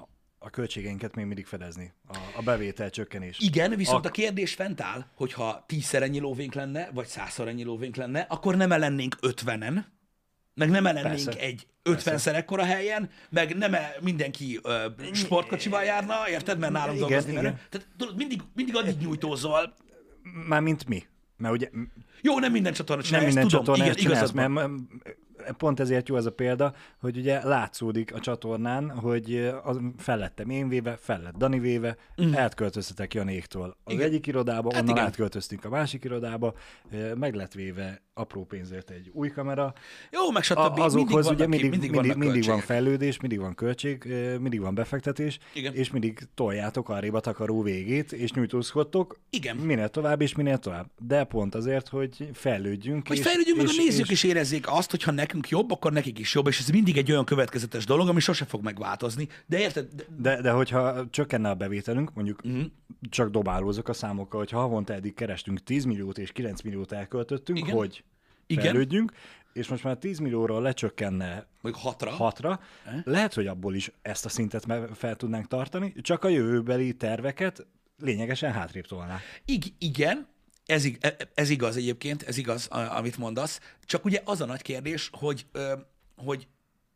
a költségeinket még mindig fedezni, a, a bevétel csökkenés. Igen, viszont A- a kérdés fent áll, hogyha tízszer ennyi lóvénk lenne, vagy százszor ennyi lóvénk lenne, akkor nem lennénk ötvenen, meg nem lennénk Persze. egy ötvenszer ekkora helyen, meg nem e- mindenki ö, sportkocsival járna, érted? Mert nálam Igen, dolgozni igen. menő. Tehát tudod, mindig, mindig addig nyújtózol. Mármint mi. Mert ugye Jó, nem minden csatorna nem csinálja, minden ezt tudom. csatorna Igen, ezt csinál, igazad van. mert mert pont ezért jó ez a példa, hogy ugye látszódik a csatornán, hogy az fel lettem én véve, fel lett Dani véve, mm. átköltöztetek Janéktól az Igen. egyik irodába, Hát onnan igen. átköltöztünk a másik irodába, meg lett véve apró pénzért egy új kamera. Jó, meg stb. A, mindig azokhoz vannak, ugye mindig, mindig, mindig, vannak mindig van költségek. fejlődés, mindig van költség, mindig van befektetés, Igen. és mindig toljátok arrébb a takaró végét, és nyújtózkodtok Igen. minél tovább és minél tovább. De pont azért, hogy fejlődjünk. Hogy és, fejlődjünk, meg és, a nézők és, is érezzék azt, hogy ha nekünk jobb, akkor nekik is jobb, és ez mindig egy olyan következetes dolog, ami sose fog megváltozni. De érted? De, De, de hogyha csökkenne a bevételünk, mondjuk Mhm. uh-huh. csak dobálózok a számokkal, hogyha havonta eddig kerestünk tíz milliót és kilenc milliót elköltöttünk, Igen. hogy Igen. fejlődjünk, és most már tíz millióról lecsökkenne mondjuk hatra. hatra, lehet, hogy abból is ezt a szintet me- fel tudnánk tartani, csak a jövőbeli terveket lényegesen hátrébb tolná. Ig- igen, ez, ig- e- ez igaz egyébként, ez igaz, a- amit mondasz. Csak ugye az a nagy kérdés, hogy, ö, hogy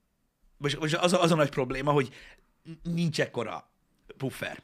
vagy, vagy az, a, az a nagy probléma, hogy nincs ekkora puffer.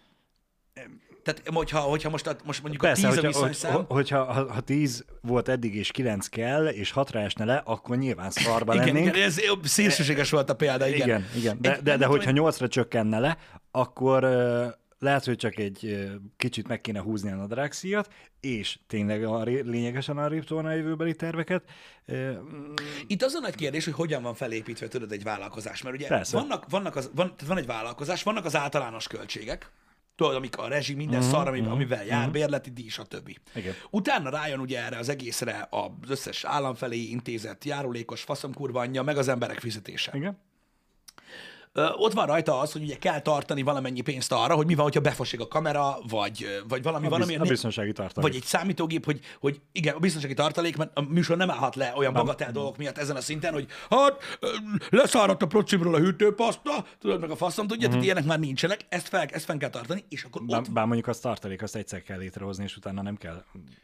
Tehát, hogyha, hogyha most, a, most mondjuk Persze, a tíz a hogyha, viszonyszám, hogy, hogyha ha, ha tíz volt eddig és kilenc kell, és hatra esne le, akkor nyilván szarba igen, lennénk. igen, ez szélsőséges volt a példa, igen. Igen, igen. De, Egy- de, de nem hogyha tudom, nyolcra csökkenne le, akkor uh, lehet, hogy csak egy uh, kicsit meg kéne húzni a nadrágszíjat, és tényleg a, lényegesen arrébb tolna a jövőbeli terveket. Uh, Itt az a nagy kérdés, hogy hogyan van felépítve, tudod, egy vállalkozás. Mert ugye Persze. vannak, vannak az, van, tehát van egy vállalkozás, vannak az általános költségek, tudod, amik a rezsi, minden uh-huh, szar, ami, uh-huh, amivel jár, uh-huh. bérleti díj, stb. Igen. Utána rájön ugye erre az egészre az összes állam felé intézett járulékos faszomkurva anyja, meg az emberek fizetése. igen. Ö, ott van rajta az, hogy ugye kell tartani valamennyi pénzt arra, hogy mi van, hogyha befosik a kamera, vagy, vagy valami, A, valami biz, a biztonsági tartalék. vagy egy számítógép, hogy, hogy igen, a biztonsági tartalék, mert a műsor nem állhat le olyan bagatel dolgok miatt ezen a szinten, hogy hát ö, leszáradt a procsimról a hűtőpaszta, tudod, meg a faszom tudja, tehát ilyenek már nincsenek, ezt, fel, ezt fenn kell tartani, és akkor Bár, ott bár mondjuk az tartalék, azt egyszer kell létrehozni, és utána nem kell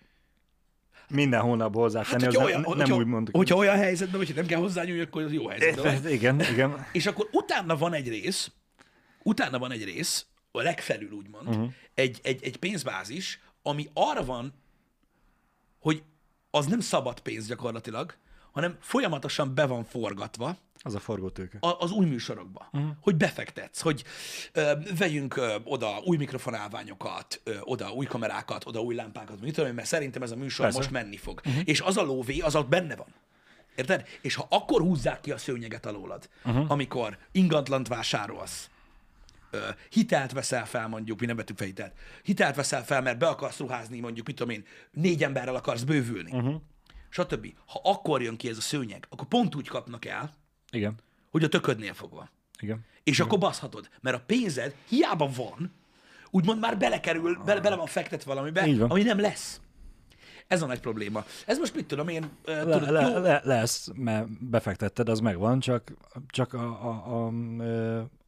minden hónap hozzátenni, hát, az hogyha, nem, olyan, nem hogyha, úgy mondjuk. hogyha olyan helyzetben, hogy nem kell hozzányúlni, akkor az jó helyzetben van. Igen, igen. És akkor utána van egy rész, utána van egy rész, a legfelül úgymond, uh-huh. egy, egy, egy pénzbázis, ami arra van, hogy az nem szabad pénz gyakorlatilag, hanem folyamatosan be van forgatva Az a forgótőke. a- az új műsorokba. Uh-huh. Hogy befektetsz, hogy ö, vegyünk ö, oda új mikrofonálványokat, ö, oda új kamerákat, oda új lámpákat, mit tudom én, mert szerintem ez a műsor Persze. most menni fog. Uh-huh. És az a lóvé, az ott benne van. Érted? És ha akkor húzzák ki a szőnyeget alólad, uh-huh. amikor ingatlant vásárolsz, ö, hitelt veszel fel mondjuk, mi nem vettük fel hitelt, hitelt veszel fel, mert be akarsz ruházni mondjuk, mit tudom én, négy emberrel akarsz bővülni, uh-huh. stb. Ha akkor jön ki ez a szőnyeg, akkor pont úgy kapnak el, Igen, hogy a töködnél fogva. igen. És akkor baszhatod, mert a pénzed hiába van, úgymond már belekerül, bele, bele van fektet valamibe, Így van. ami nem lesz. Ez a nagy probléma. Ez most mit tudom én, uh, Le, tudod, le, jó, le, lesz, mert befektetted, az megvan, csak, csak a, a, a,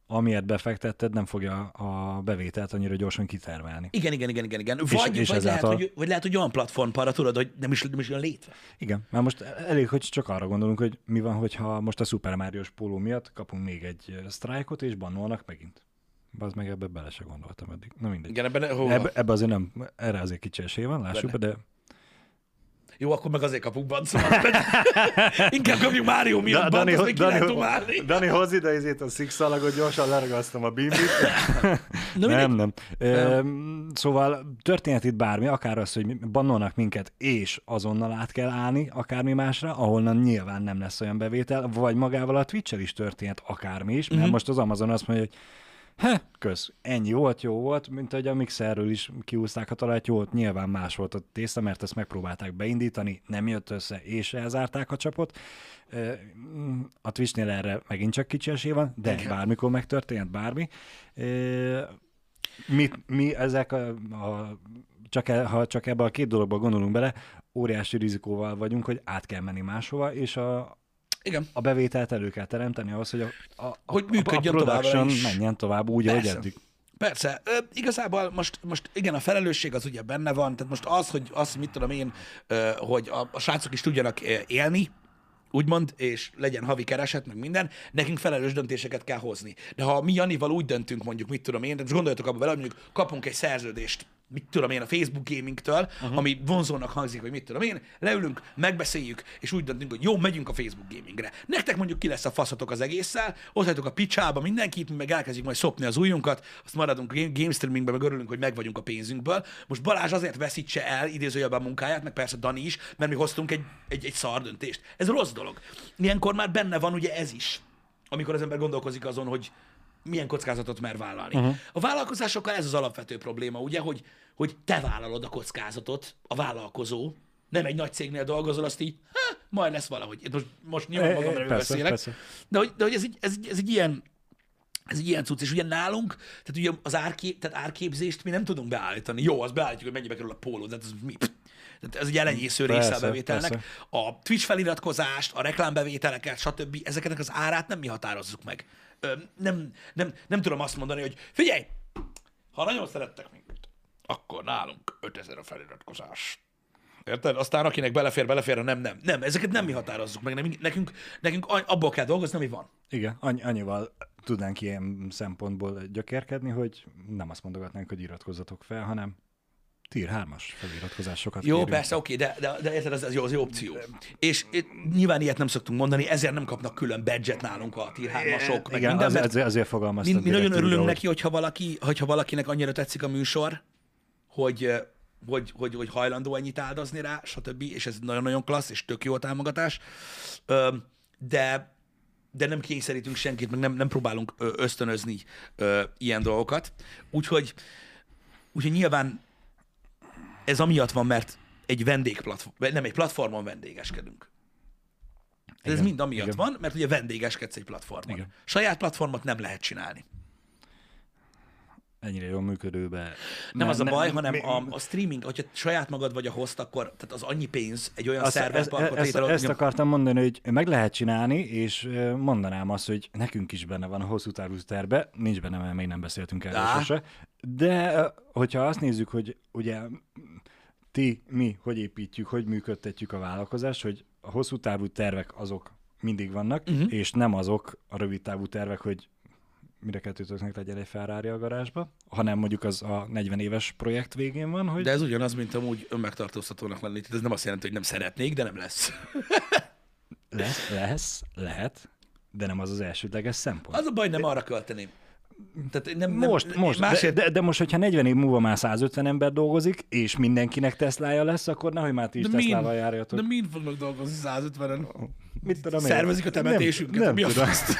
amiért befektetted, nem fogja a bevételt annyira gyorsan kitermelni. Igen, igen, igen, igen, igen. Vagy, és vagy, lehet, ezáltal... hogy, vagy lehet, hogy olyan platformra tudod, hogy nem is, nem is jön létre. Igen, mert most elég, hogy csak arra gondolunk, hogy mi van, hogyha most a Super Mario-s póló miatt kapunk még egy sztrájkot, és bannolnak megint. Az meg ebbe bele se gondoltam eddig. Na mindegy. Igen, ebben, ebbe, ebbe azért nem, erre azért kicsi esély van, lássuk be, de... Jó, akkor meg azért kapunk bancot. Inkább kapjuk Mário miatt da, bant, azt még ki lehet dumálni. Dani, hozz ide izét a szikszalagot, gyorsan leragasztom a bimbit. Na, nem, nem. Ö, szóval történhet itt bármi, akár az, hogy bannolnak minket, és azonnal át kell állni akármi másra, ahonnan nyilván nem lesz olyan bevétel, vagy magával a Twitch-el is történhet akármi is, mert mm-hmm. most az Amazon azt mondja, hogy he, kösz, ennyi volt, jó volt, mint hogy a Mixerről is kiúzták a talajt, jó volt, nyilván más volt a tészta, mert ezt megpróbálták beindítani, nem jött össze, és elzárták a csapot. A Twitchnél erre megint csak kicsi esély van, de okay. bármikor megtörténhet bármi. Mi, mi ezek a, a csak e, ha csak ebbe a két dologba gondolunk bele, óriási rizikóval vagyunk, hogy át kell menni máshova, és a Igen. A bevételt elő kell teremteni ahhoz, hogy a, a, hogy a, a production menjen tovább úgy, Persze. ahogy eddig. Persze. Ö, igazából most, most igen, a felelősség az ugye benne van, tehát most az, hogy, az, mit tudom én, ö, hogy a, a srácok is tudjanak élni, úgymond, és legyen havi kereset, meg minden, nekünk felelős döntéseket kell hozni. De ha mi Janival úgy döntünk, mondjuk, mit tudom én, de most gondoljatok abba vele, hogy mondjuk kapunk egy szerződést, mit tudom én, a Facebook Gamingtől, uh-huh. ami vonzónak hangzik, hogy mit tudom én, leülünk, megbeszéljük, és úgy döntünk, hogy jó, megyünk a Facebook Gamingre. Nektek mondjuk ki lesz a faszatok az egésszel, ott hagytok a picsába mindenkit, mi meg elkezdjük majd szopni az ujjunkat, azt maradunk game, game streamingbe, meg örülünk, hogy megvagyunk a pénzünkből. Most Balázs azért veszítse el idézőjelben a munkáját, meg persze Dani is, mert mi hoztunk egy, egy, egy szar döntést. Ez rossz dolog. Ilyenkor már benne van ugye ez is, amikor az ember gondolkozik azon, hogy milyen kockázatot mer vállalni. Uh-huh. A vállalkozásokkal ez az alapvető probléma, ugye, hogy, hogy te vállalod a kockázatot, a vállalkozó, nem egy nagy cégnél dolgozol, azt így, ha, majd lesz valahogy. Most, most nyilván magamra beszélek. Persze. De hogy, de hogy ez, egy, ez, egy, ez egy ilyen ez egy ilyen cucc, és ugye nálunk, tehát ugye az árkép, tehát árképzést mi nem tudunk beállítani. Jó, az beállítjuk, hogy mennyibe kerül a póló, de ez mi? Tehát ez egy elenyésző része a bevételnek. Persze. A Twitch feliratkozást, a reklámbevételeket, stb. Ezeknek az árát nem mi határozzuk meg. Ö, nem, nem, nem tudom azt mondani, hogy figyelj, ha nagyon szerettek minket, akkor nálunk ötezer a feliratkozás. Érted? Aztán akinek belefér, belefér, ha nem, nem. Nem, ezeket nem mi határozzuk meg. Nem, nekünk, nekünk abból kell dolgozni, ami van. Igen, annyi, annyival tudnánk ilyen szempontból gyökérkedni, hogy nem azt mondogatnánk, hogy iratkozzatok fel, hanem tier hármas feliratkozásokat Jó, kérünk. persze, oké, de, de, de érted, az, az, jó, az jó opció. És nyilván ilyet nem szoktunk mondani, ezért nem kapnak külön badget nálunk a tier hármasok, meg igen, minden, az, mert azért, azért fogalmaztam. Mi, mi nagyon örülünk úgy, neki, hogyha, valaki, hogyha valakinek annyira tetszik a műsor, hogy, hogy, hogy, hogy hajlandó ennyit áldozni rá, stb. És ez nagyon-nagyon klassz, és tök jó a támogatás. De, de nem kényszerítünk senkit, meg nem, nem próbálunk ösztönözni ilyen dolgokat. Úgyhogy, úgyhogy nyilván ez amiatt van, mert egy vendégplatform, nem egy platformon vendégeskedünk. Ez igen, mind amiatt igen. van, mert ugye vendégeskedsz egy platformon. Igen. Saját platformot nem lehet csinálni. Ennyire jól működőbe. Nem, nem az a baj, nem, hanem mi, a, a streaming, hogyha saját magad vagy a host, akkor tehát az annyi pénz egy olyan szerverparkot ez, ezt, ezt akartam mondani, hogy meg lehet csinálni, és mondanám azt, hogy nekünk is benne van a hosszú távú terve, nincs benne, mert még nem beszéltünk erről sose. De hogyha azt nézzük, hogy ugye ti, mi, hogy építjük, hogy működtetjük a vállalkozást, hogy a hosszú távú tervek azok mindig vannak, uh-huh. és nem azok a rövid távú tervek, hogy mire kettőtöknek legyen egy Ferrari a garázsba, hanem mondjuk az a negyven éves projekt végén van, hogy... De ez ugyanaz, mint amúgy önmegtartóztatónak lenni. Ez nem azt jelenti, hogy nem szeretnék, de nem lesz. lesz, lesz, lehet, de nem az az elsődleges szempont. Az a baj, nem arra költeném. Tehát nem, most, nem, most másért... de, de, de most, hogyha negyven év múlva már százötven ember dolgozik, és mindenkinek Teslája lesz, akkor nehogy már ti is Teslával járjatok. De mind fognak dolgozni százötvenen? Mit tudom én? Szervezik a temetésünket, nem, nem mi a tudom. faszt?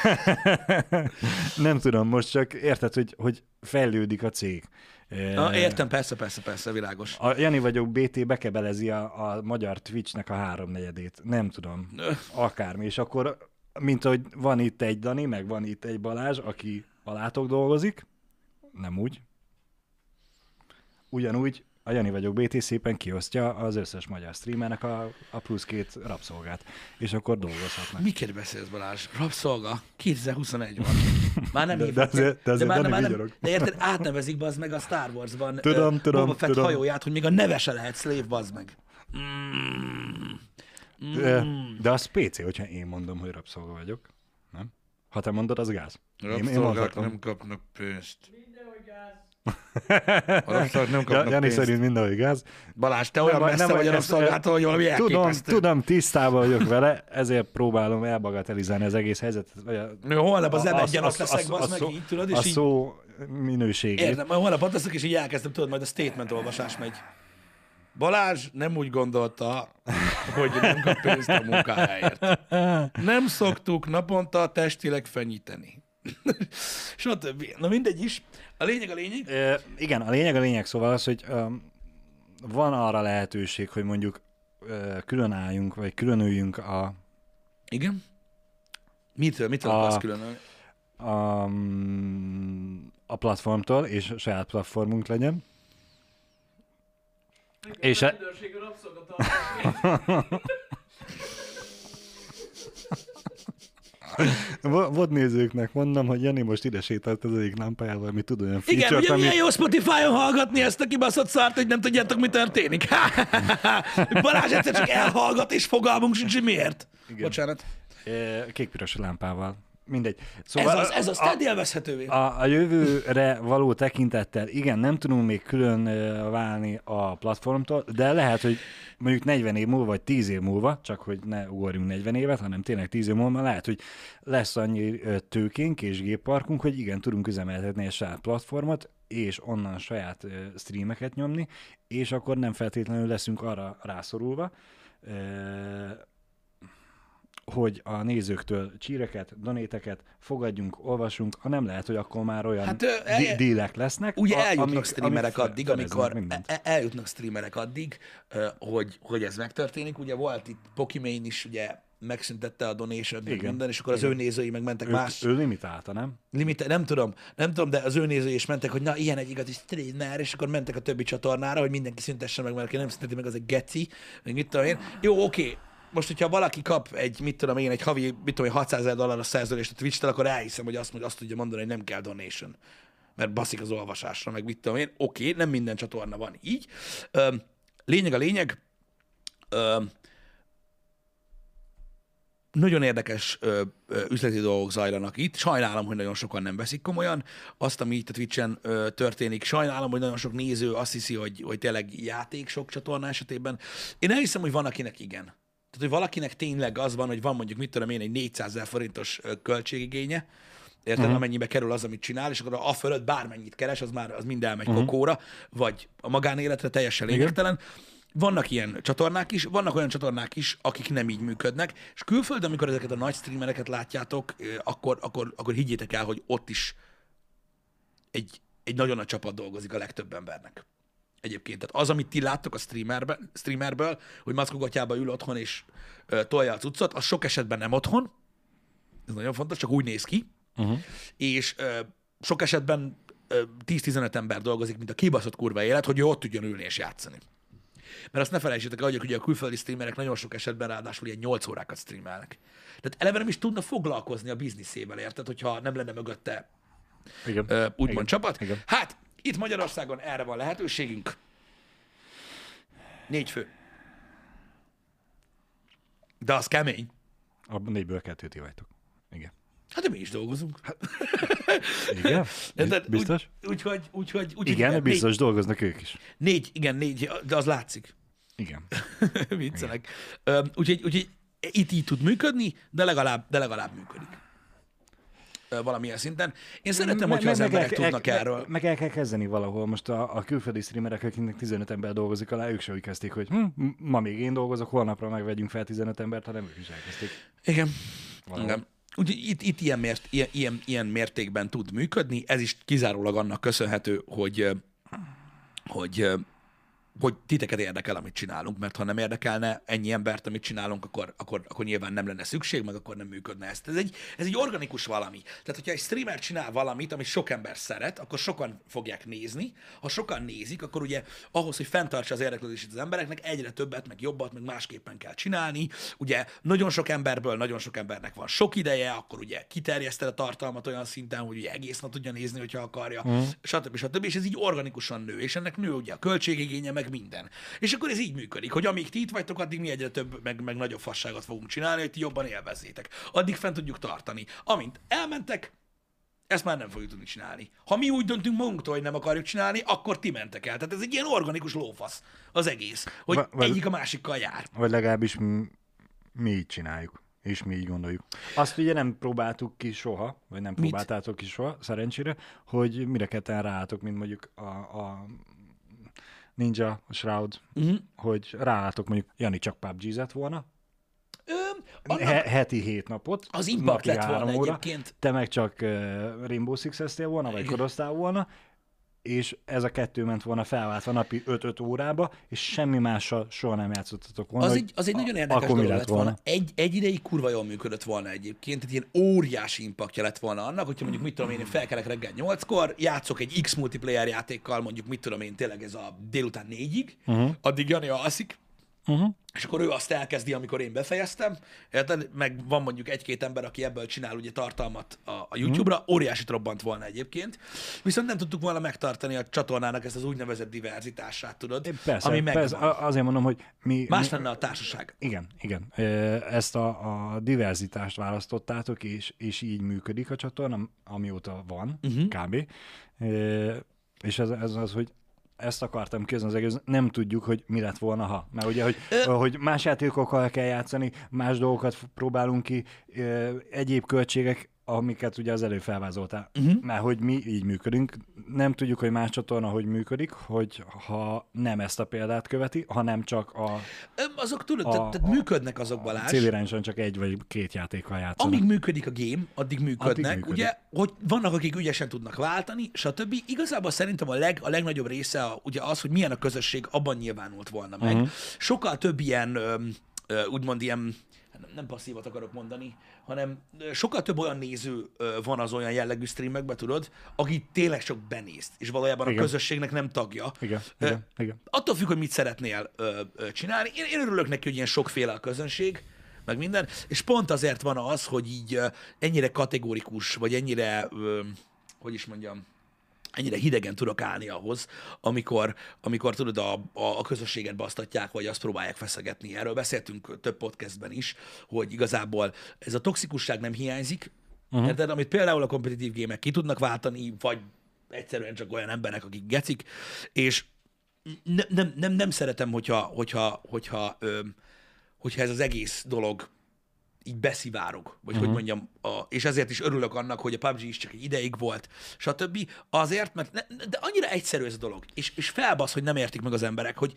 Nem tudom, most csak érted, hogy, hogy fejlődik a cég. Na, értem, persze, persze, persze, világos. A Jani vagyok, bé té bekebelezi a, a magyar Twitchnek a háromnegyedét. Nem tudom. Akármi. És akkor, mint hogy van itt egy Dani, meg van itt egy Balázs, aki alátok dolgozik, nem úgy. Ugyanúgy A Jani vagyok, bé té szépen kiosztja az összes magyar streamernek a, a plusz két rabszolgát, és akkor dolgozhatnak. Miket beszélsz, Balázs? Rabszolga? kétezer-huszonegy van. Már nem De, hívják. de azért, de azért már, nem, már vigyorog. de érted, átnevezik bazd meg a Star Wars-ban Tudom, ö, tudom, Boba Fett tudom. hajóját, hogy még a neve se lehet Slave, bazd meg. Mm. De, Mm. de az pé cé, hogyha én mondom, hogy rabszolga vagyok. Nem? Ha te mondod, az gáz. Én, én Rabszolgák mondhatom. nem kapnak pénzt. Mindenhogy gáz. A rabszolgák nem kapnak Jani pénzt. szerint mindenhogy gáz. Balázs, te olyan Nem, messze nem, vagy a ezt- rabszolgától, hogy valami Tudom, elképesztő. tudom, tisztában vagyok vele, ezért próbálom elbagatelizálni az egész helyzetet. Vagy a, Jó, holnap az a- ebedjen a- ott leszek, a- bazd a meg szó- így, tudod, a és így... szó minőségét. Értem, majd holnap ott leszek, és így elkezdtem, tudod, majd a statement olvasás megy. Balázs nem úgy gondolta, hogy nem kap pénzt a munkájáért. Nem szoktuk naponta testileg fenyíteni. Stb. Na mindegy is. A lényeg a lényeg. Ö, igen, a lényeg a lényeg, szóval az, hogy um, van arra lehetőség, hogy mondjuk uh, különálljunk, vagy különüljünk a, Igen? Mitől? Mitől A- akarsz külön? a, mm, a platformtól, és a saját platformunk legyen. És És a e- rendőrség a rabszolgatartás. Vo- Volt nézőknek mondom, hogy Jani most ide sétált az egyik lámpájával, ami tud olyan Igen, feature-t, ugye ami... milyen jó Spotify-on hallgatni ezt a kibaszott szart, hogy nem tudjátok, mi történik. Balázs egyszer csak elhallgat, és fogalmunk sincs, hogy miért. Igen. Bocsánat. Ö, kék-piros lámpával. Mindegy. Ez Szóval az, ez az, a, tedd élvezhetővé. a, a jövőre való tekintettel, igen, nem tudunk még külön ö, válni a platformtól, de lehet, hogy mondjuk negyven év múlva, vagy tíz év múlva, csak hogy ne ugorjunk negyven évet, hanem tényleg tíz év múlva, lehet, hogy lesz annyi ö, tőkénk és gépparkunk, hogy igen, tudunk üzemeltetni egy saját platformot, és onnan saját ö, streameket nyomni, és akkor nem feltétlenül leszünk arra rászorulva, ö, hogy a nézőktől csíreket, donéteket fogadjunk, olvasunk, ha nem lehet, hogy akkor már olyan Hát, hát, ö, el- dílek lesznek. Ugye a- eljutnak amik- streamerek amik addig, feleznek amikor mindent. e- eljutnak streamerek addig, ö, hogy, hogy ez megtörténik. Ugye volt itt Pokimane is, ugye megszüntette a donation meg Igen. minden, és akkor az Igen. ő nézői meg mentek Ő, más ő limitálta, nem? limite, nem tudom, nem tudom, de az ő nézői is mentek, hogy na, ilyen egy igazi streamer, és akkor mentek a többi csatornára, hogy mindenki szüntesse meg, mert aki nem szünteti meg, az egy geci, meg mit tudom én. Jó, oké, most, hogyha valaki kap egy, mit tudom én, egy havi, mit tudom én, hatszázezer dolláros szerződést a Twitch-tel, akkor elhiszem, hogy azt, hogy azt tudja mondani, hogy nem kell donation. Mert baszik az olvasásra, meg mit tudom én. Oké, nem minden csatorna van így. Öm, lényeg a lényeg, öm, nagyon érdekes ö, ö, üzleti dolgok zajlanak itt. Sajnálom, hogy nagyon sokan nem veszik komolyan azt, ami itt a Twitch-en ö, történik. Sajnálom, hogy nagyon sok néző azt hiszi, hogy, hogy tényleg játék sok csatorna esetében. Én elhiszem, hogy van, akinek igen. Tehát, hogy valakinek tényleg az van, hogy van mondjuk, mit tudom én, egy négyszázezer forintos ö, költségigénye, érted, uh-huh. amennyibe kerül az, amit csinál, és akkor a fölött bármennyit keres, az már az mind elmegy uh-huh. kokóra, vagy a magánéletre teljesen lényegtelen. Vannak ilyen csatornák is, vannak olyan csatornák is, akik nem így működnek, és külföldön, amikor ezeket a nagy streamereket látjátok, ö, akkor, akkor, akkor higgyétek el, hogy ott is egy, egy nagyon nagy csapat dolgozik a legtöbb embernek. Egyébként. Tehát az, amit ti láttok a streamerbe, streamerből, hogy maszkogatjába ül otthon és ö, tolja a cuccot, az sok esetben nem otthon, ez nagyon fontos, csak úgy néz ki, Uh-huh. és ö, sok esetben ö, tíz-tizenöt ember dolgozik, mint a kibaszott kurva élet, hogy ő ott tudjon ülni és játszani. Mert azt ne felejtsétek el, hogy ugye a külföldi streamerek nagyon sok esetben ráadásul ilyen nyolc órákat streamelnek. Tehát eleve nem is tudna foglalkozni a bizniszével, érted, hogyha nem lenne mögötte Igen. ö, úgymond Igen. csapat. Igen. Hát, itt Magyarországon erre van lehetőségünk. Négy fő. De az kemény. A négyből kettőt ti vagytok. Igen. Hát de mi is dolgozunk. Igen? Érted? Biztos? Úgy- Úgyhogy, úgyhogy, úgyhogy Igen, négy, biztos dolgoznak ők is. négy, igen, négy, de az látszik. Igen. Viccelek. Ö, Úgyhogy, úgyhogy itt így tud működni, de legalább, de legalább működik. Ö, Valamilyen szinten. Én szeretem, hogyha az emberek el, tudnak el, erről. Meg el kell kezdeni valahol. Most a, a külföldi streamerek, akiknek tizenöt ember dolgozik alá, ők se úgy kezdték, hogy hm, ma még én dolgozok, holnapra megvegyünk fel tizenöt embert, hanem ők is elkezdték. Igen. Valahol. Igen. Úgyhogy itt, itt ilyen, mért, ilyen, ilyen, ilyen mértékben tud működni. Ez is kizárólag annak köszönhető, hogy, ö, hogy ö, hogy titeket érdekel, amit csinálunk, mert ha nem érdekelne ennyi embert, amit csinálunk, akkor, akkor, akkor nyilván nem lenne szükség, meg akkor nem működne ezt. Ez egy, ez egy organikus valami. Tehát, hogyha egy streamer csinál valamit, amit sok ember szeret, akkor sokan fogják nézni. Ha sokan nézik, akkor ugye ahhoz, hogy fenntartsa az érdeklődését az embereknek, egyre többet, meg jobbat, meg másképpen kell csinálni. Ugye nagyon sok emberből, nagyon sok embernek van sok ideje, akkor ugye kiterjeszted a tartalmat olyan szinten, hogy ugye egész nap tudja nézni, hogyha akarja, mm. stb. stb. És ez így organikusan nő, és ennek nő ugye a költségigénye, meg minden. És akkor ez így működik, hogy amíg ti itt vagytok, addig mi egyre több, meg, meg nagyobb fasságot fogunk csinálni, hogy ti jobban élvezzétek. Addig fent tudjuk tartani. Amint elmentek, ezt már nem fogjuk tudni csinálni. Ha mi úgy döntünk magunktól, hogy nem akarjuk csinálni, akkor ti mentek el. Tehát ez egy ilyen organikus lófasz az egész, hogy Va- vagy, egyik a másikkal jár. Vagy legalábbis mi, mi így csináljuk, és mi így gondoljuk. Azt ugye nem próbáltuk ki soha, vagy nem próbáltátok ki soha, szerencsére, hogy mire ketten ráálltok, mint mondjuk a, a Ninja, a Shroud, uh-huh. hogy ráálltok mondjuk, Jani csak pé u bé gé-zett volna, Annak... He- heti hét napot, az impact lett volna óra, egyébként. Te meg csak uh, Rainbow Six-eztél volna, vagy korosztál volna, és ez a kettő ment volna felváltva napi öt-öt órába, és semmi mással soha nem játszottatok volna. Az egy, az egy nagyon érdekes dolog lett volna. volna. Egy, egy ideig kurva jól működött volna egyébként, tehát ilyen óriási impactja lett volna annak, hogyha mondjuk mit tudom én, én felkelek reggel nyolckor, játszok egy X multiplayer játékkal, mondjuk mit tudom én, tényleg ez a délután négyig, uh-huh. addig Jani alszik, uh-huh. és akkor ő azt elkezdi, amikor én befejeztem, érted? Meg van mondjuk egy-két ember, aki ebből csinál ugye tartalmat a, a YouTube-ra, hmm. óriásit robbant volna egyébként, viszont nem tudtuk volna megtartani a csatornának ezt az úgynevezett diverzitását, tudod? Persze, ami persze. azért mondom, hogy mi... Más mi... lenne a társaság. Igen, igen. Ezt a, a diverzitást választottátok, és, és így működik a csatorna, amióta van, uh-huh. kb. És ez, ez az, hogy ezt akartam kérdezni az egész, nem tudjuk, hogy mi lett volna, ha. Mert ugye, hogy, Ö... hogy más játékokkal kell játszani, más dolgokat próbálunk ki, egyéb költségek, amiket ugye az előbb felvázoltál. Uh-huh. Mert hogy mi így működünk, nem tudjuk, hogy más csatorna hogy működik, hogy ha nem ezt a példát követi, hanem csak a... Azok tudod, a, tehát, tehát működnek azok, Balázs. Célirányosan csak egy vagy két játékkal játszanak. Amíg működik a game, addig működnek. Addig működik. Ugye, hogy vannak, akik ügyesen tudnak váltani, stb. Igazából szerintem a, leg, a legnagyobb része a, ugye az, hogy milyen a közösség, abban nyilvánult volna meg. Uh-huh. Sokkal több ilyen, ö, ö, úgymond ilyen, nem passzívat akarok mondani, hanem sokkal több olyan néző van az olyan jellegű streamekben, tudod, aki tényleg csak benézt, és valójában igen. a közösségnek nem tagja. Igen, igen, igen. Attól függ, hogy mit szeretnél ö, ö, csinálni. Én, én örülök neki, hogy ilyen sokféle a közönség, meg minden, és pont azért van az, hogy így ö, ennyire kategórikus, vagy ennyire, ö, hogy is mondjam, ennyire hidegen tudok állni ahhoz, amikor, amikor tudod, a, a, a közösséget basztatják, vagy azt próbálják feszegetni. Erről beszéltünk több podcastben is, hogy igazából ez a toxikusság nem hiányzik, uh-huh. érted? Amit például a kompetitív gémek ki tudnak váltani, vagy egyszerűen csak olyan emberek, akik gecik, és ne, nem, nem, nem szeretem, hogyha, hogyha, hogyha, ö, hogyha ez az egész dolog így beszivárog, vagy uh-huh. hogy mondjam, a, és ezért is örülök annak, hogy a pé u bé gé is csak egy ideig volt, stb. Azért, mert ne, de annyira egyszerű ez a dolog, és, és felbasz, hogy nem értik meg az emberek, hogy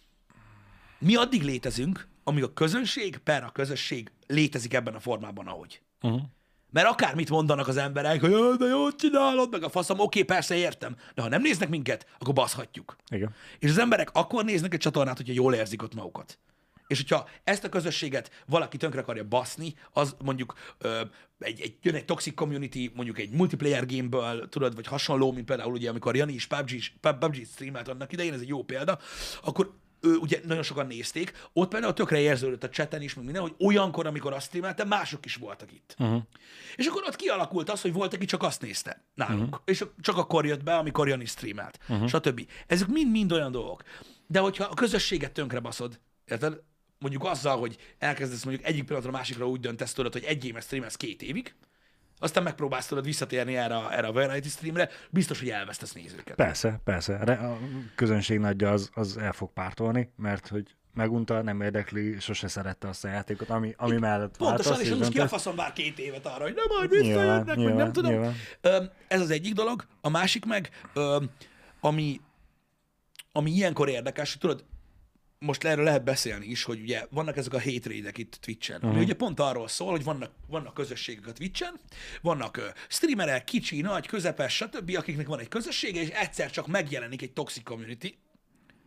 mi addig létezünk, amíg a közönség, per a közösség létezik ebben a formában, ahogy. Uh-huh. Mert akármit mondanak az emberek, hogy de jót csinálod, meg a faszom, oké, persze értem, de ha nem néznek minket, akkor baszhatjuk. Igen. És az emberek akkor néznek egy csatornát, hogyha jól érzik ott magukat. És hogyha ezt a közösséget valaki tönkre akarja baszni, az mondjuk ö, egy, egy, jön egy toxic community, mondjuk egy multiplayer gameből, tudod, vagy hasonló, mint például ugye, amikor Jani is pé u bé gé, pé u bé gé streamelt annak idején, ez egy jó példa, akkor ő, ugye nagyon sokan nézték, ott például tökre érződött a chaten is, meg minden, hogy olyankor, amikor azt streameltem, mások is voltak itt. Uh-huh. És akkor ott kialakult az, hogy volt, aki csak azt nézte nálunk, uh-huh. és csak akkor jött be, amikor Jani streamelt, uh-huh. stb. Ezek mind-mind olyan dolgok. De hogyha a közösséget tönkre baszod, érted? Mondjuk azzal, hogy elkezdesz mondjuk egyik pillanatra a másikra úgy döntesz tudod, hogy egy éves streamelsz két évig, aztán megpróbálsz tudod visszatérni erre a, erre a variety streamre, biztos, hogy elvesztesz nézőket. Persze, persze. A közönség nagyja az, az el fog pártolni, mert hogy megunta, nem érdekli, sose szerette azt a játékot, ami, ami Én, mellett pontosan, és most ki a faszom vár két évet arra, hogy nem majd visszajönnek, meg nem tudom. Nyilván. Ez az egyik dolog. A másik meg, ami, ami ilyenkor érdekes, hogy tudod, most erről lehet beszélni is, hogy ugye vannak ezek a hate raidek itt Twitch-en, uh-huh. ami ugye pont arról szól, hogy vannak, vannak közösségek a Twitch-en, vannak uh, streamerek, kicsi, nagy, közepes, stb., akiknek van egy közössége, és egyszer csak megjelenik egy toxic community,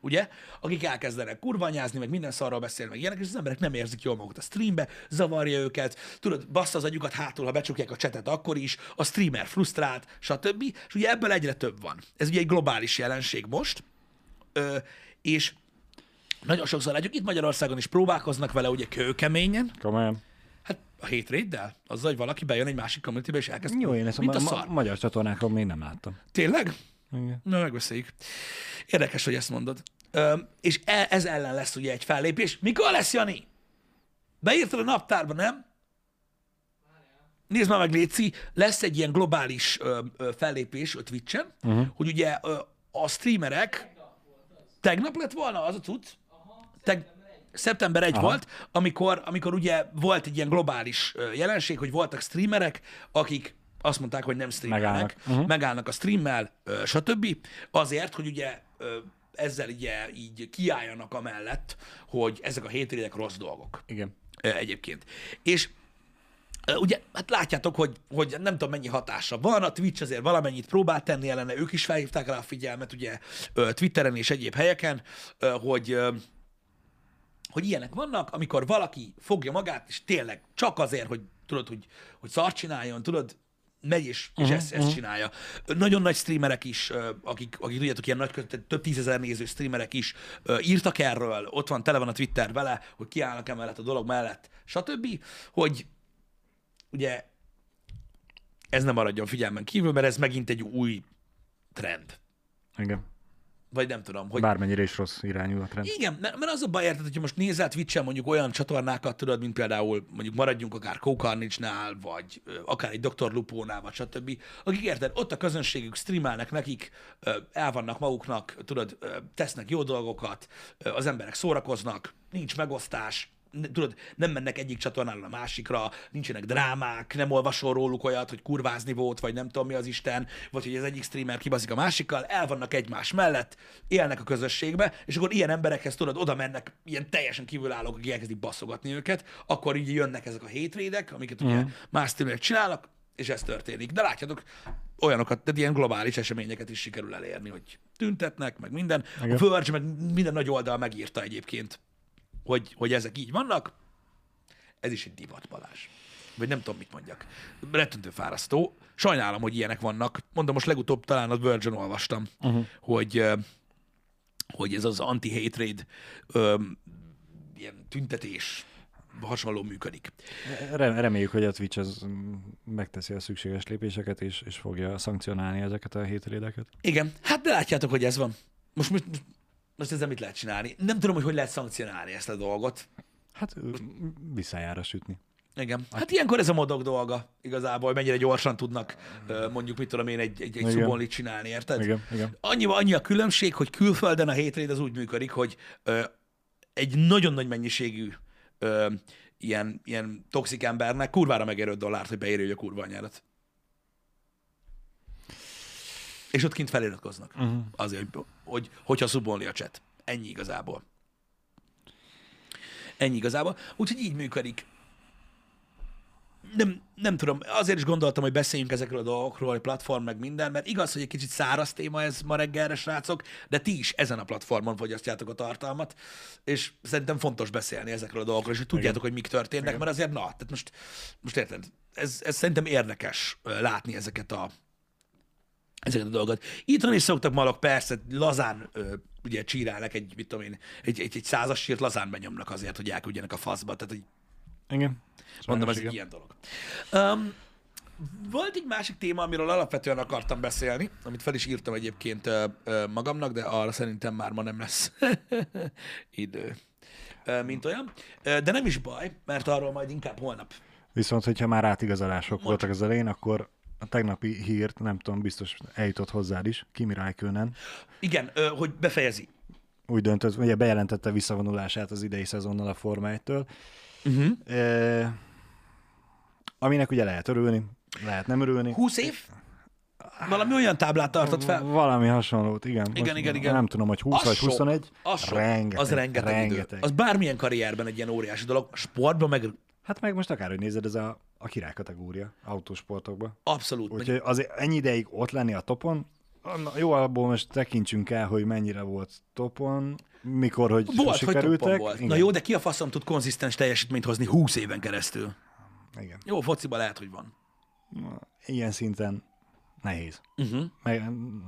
ugye, akik elkezdenek kurvanyázni, meg minden szarral beszélni, meg ilyenek, és az emberek nem érzik jól magukat a streambe, zavarja őket, tudod, bassza az agyukat hátul, ha becsukják a csetet akkor is, a streamer frusztrált, stb. És ugye ebből egyre több van. Ez ugye egy globális jelenség most, ö, és nagyon sokszor látjuk, itt Magyarországon is próbálkoznak vele ugye kőkeményen, Komolyan. hát a hétréddel, azzal, hogy valaki bejön egy másik communitybe, és elkezd. Jó, én ezt a, Mint a ma- szar. ma- magyar csatornákról még nem láttam. Tényleg? Igen. Na, megbeszéljük. Érdekes, hogy ezt mondod. Ö, és e- ez ellen lesz ugye egy fellépés. Mikor lesz, Jani? Beírtad a naptárba, nem? Nézd már meg, Léci, lesz egy ilyen globális ö, ö, fellépés a Twitch-en, uh-huh. hogy ugye ö, a streamerek... Tegnap lett volna az a cucc? Teg- szeptember elseje volt, amikor, amikor ugye volt egy ilyen globális ö, jelenség, hogy voltak streamerek, akik azt mondták, hogy nem streamelnek, Megállnak. uh-huh. Uh-huh. megállnak a streammel, ö, stb. Azért, hogy ugye ö, ezzel ugye így kiálljanak amellett, hogy ezek a hétvégek rossz dolgok Igen. ö, egyébként. És ö, ugye, hát látjátok, hogy, hogy nem tudom mennyi hatása van, a Twitch azért valamennyit próbált tenni ellene, ők is felhívták rá a figyelmet, ugye ö, Twitteren és egyéb helyeken, ö, hogy ö, hogy ilyenek vannak, amikor valaki fogja magát, és tényleg csak azért, hogy tudod, hogy, hogy szart csináljon, tudod, megy és, és Uh-huh, ezt, ezt csinálja. Nagyon nagy streamerek is, ö, akik, akik tudjátok, ilyen nagy, tehát több tízezer néző streamerek is ö, írtak erről, ott van, tele van a Twitter vele, hogy kiállnak emellett a dolog mellett, stb., hogy ugye ez nem maradjon figyelmen kívül, mert ez megint egy új trend. Igen. Vagy nem tudom, hogy... Bármennyire is rossz irányú a trend. Igen, mert, mert az a baj, érted, hogyha most nézel Twitch-en mondjuk olyan csatornákat, tudod, mint például mondjuk maradjunk akár Cocarnage-nál, vagy ö, akár egy doktor Lupónál, vagy stb., akik érted, ott a közönségük streamelnek nekik, ö, el vannak maguknak, tudod, ö, tesznek jó dolgokat, ö, az emberek szórakoznak, nincs megosztás, ne- tudod, nem mennek egyik csatornáról a másikra, nincsenek drámák, nem olvasol róluk olyat, hogy kurvázni volt, vagy nem tudom mi az Isten, vagy hogy az egyik streamer kibazik a másikkal, el vannak egymás mellett, élnek a közösségbe, és akkor ilyen emberekhez tudod, oda mennek, ilyen teljesen kívülállók, akik elkezdik basszogatni őket, akkor így jönnek ezek a hétvédek, amiket ugye más streamerek csinálnak, és ez történik. De látjátok, olyanokat, tehát ilyen globális eseményeket is sikerül elérni, hogy tüntetnek, meg minden. Igen. A Verge, meg minden nagy oldal megírta egyébként, hogy, hogy ezek így vannak. Ez is egy divat, Balázs. Vagy nem tudom, mit mondjak. Rettentő fárasztó. Sajnálom, hogy ilyenek vannak. Mondom, most legutóbb talán a Virgin olvastam, uh-huh. hogy, ö, hogy ez az anti-hatred ö, ilyen tüntetés hasonló működik. Rem- Reméljük, hogy a Twitch az mm, megteszi a szükséges lépéseket, és, és fogja szankcionálni ezeket a hétrédeket. Igen, hát de látjátok, hogy ez van. Most, most, most, most ezzel mit lehet csinálni? Nem tudom, hogy hogy lehet szankcionálni ezt a dolgot. Hát ö, visszájára sütni. Igen. Hát ilyenkor ez a modok dolga igazából, hogy mennyire gyorsan tudnak ö, mondjuk, mit tudom én, egy, egy, egy Igen. szubonlit csinálni, érted? Igen, igen. Annyi, annyi a különbség, hogy külföldön a hétréd az úgy működik, hogy ö, egy nagyon nagy mennyiségű ö, ilyen, ilyen toxik embernek kurvára megér öt dollárt, hogy beérje a kurva anyárat. És ott kint feliratkoznak. Uh-huh. Azért, hogy, hogy, hogyha szubonli a chat. Ennyi igazából. Ennyi igazából. Úgyhogy így működik. Nem, nem tudom, azért is gondoltam, hogy beszéljünk ezekről a dolgokról, hogy platform meg minden, mert igaz, hogy egy kicsit száraz téma ez ma reggelre, srácok, de ti is ezen a platformon fogyasztjátok a tartalmat, és szerintem fontos beszélni ezekről a dolgokról, és hogy tudjátok, hogy mik történnek, Igen. mert azért na, tehát most, most érted, ez, ez szerintem érdekes ö, látni ezeket a ezeket a dolgokat. Itthon is szoktak malok, persze, lazán ö, ugye csírálnak egy, mit tudom én, egy, egy, egy százas sírt lazán benyomnak azért, hogy elküldjenek a faszba, tehát hogy Igen. mondom, ez igen. egy ilyen dolog. Um, volt egy másik téma, amiről alapvetően akartam beszélni, amit fel is írtam egyébként ö, ö, magamnak, de arra szerintem már ma nem lesz idő, ö, mint olyan. Ö, de nem is baj, mert arról majd inkább holnap. Viszont, hogyha már átigazolások Mondj. voltak az elején, akkor a tegnapi hírt, nem tudom, biztos eljutott hozzád is, Kimi Räikkönen Igen, ö, hogy befejezi. úgy döntött, ugye bejelentette visszavonulását az idei szezonnal a Forma egytől, Uh-huh. e, aminek ugye lehet örülni, lehet nem örülni. húsz év? Valami olyan táblát tartott fel? Valami hasonlót, igen. Igen, Most igen, igen. Nem tudom, hogy húsz Az vagy sok. huszonegy. Az, sok. rengeteg, az rengeteg, rengeteg. idő. Az bármilyen karrierben egy ilyen óriási dolog. Sportban meg Hát meg most akárhogy nézed, ez a, a király kategória autósportokban. abszolút. Meg, Úgyhogy azért ennyi ideig ott lenni a topon, Na, jó, abból most tekintsünk el, hogy mennyire volt topon, mikor, hogy Volt, hogy sikerültek. toppon volt. Igen. Na jó, de ki a faszom tud konzisztens teljesítményt hozni húsz éven keresztül? Igen. Jó, fociban lehet, hogy van. Ilyen szinten nehéz. Uh-huh. Meg,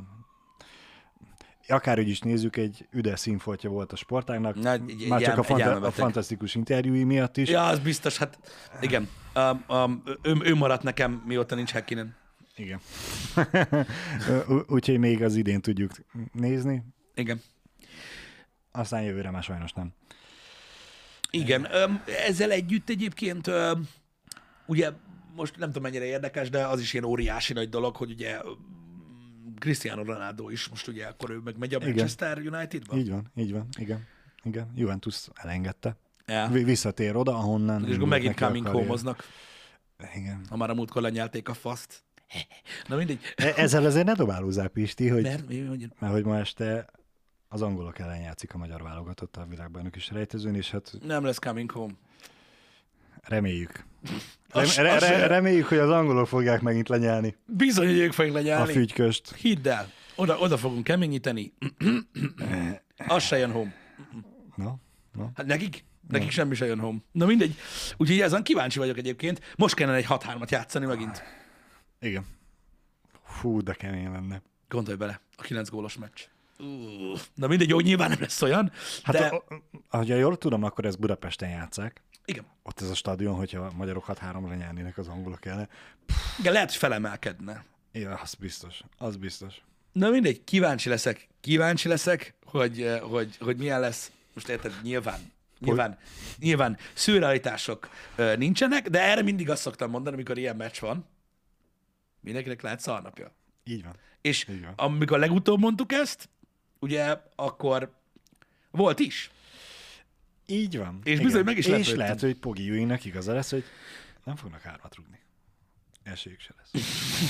akárhogy is nézzük, egy üdes színfoltja volt a sportágnak, Na, egy- már egy csak elme- a, fanta- egy a elmebeteg. fantasztikus interjúi miatt is. Ja, az biztos, hát igen. Um, um, ő, ő maradt nekem, mióta nincs Häkkinen. Igen. Ú- Úgyhogy még az idén tudjuk nézni, Igen. aztán jövőre már sajnos nem. Igen. Um, ezzel együtt egyébként, um, ugye most nem tudom mennyire érdekes, de az is ilyen óriási nagy dolog, hogy ugye um, Cristiano Ronaldo is most ugye akkor ő meg megy a Igen. Manchester Unitedba. Így van, így van, igen. Igen, Juventus elengedte. Ja. Vi- Visszatér oda, ahonnan... És akkor indult megint neki a coming karrier. home-oznak, Igen. ha már a múltkor lenyelték a faszt. Na mindegy. E- Ezzel azért ne dobálózzál, Pisti, hogy, Mert, mi mondjam? mert hogy ma este az angolok ellen játszik a magyar válogatott a világbajnok is rejtezőn, és hát Nem lesz coming home. reméljük. Rem, Az- re, az re, se- reméljük, hogy az angolok fogják megint lenyelni Bizony, hogy ők fogják a lenyelni. fügyköst. Hidd el, oda, oda fogunk keményíteni. Az se jön home. No, no. Hát nekik? Nekik semmi se jön home. Na mindegy. Úgyhogy ezen kíváncsi vagyok egyébként. Most kellene egy hat hármat játszani megint. Igen. Fú, de kemény lenne. Gondolj bele, a kilenc gólos meccs. Uh, na mindegy, jó, nyilván nem lesz olyan, Hát, de a, ahogy jól tudom, akkor ezt Budapesten játszák. igen. Ott ez a stadion, hogyha a magyarok hat háromra nyernének az angolok ellen. igen, lehet, hogy felemelkedne. Ja, az biztos. Az biztos. Na mindegy, kíváncsi leszek. Kíváncsi leszek, hogy, eh, hogy, hogy milyen lesz. Most érted, nyilván, nyilván, nyilván szürrealitások ö, nincsenek, de erre mindig azt szoktam mondani, amikor ilyen meccs van. Mindenkinek lehet szarnapja. Így van. És Így van. amikor legutóbb mondtuk ezt, ugye, akkor volt is. Így van. És bizony meg is És lepődtünk. lehet, hogy Pogi Jújnak igaza lesz, hogy nem fognak hármat rúgni. Esélyük se lesz.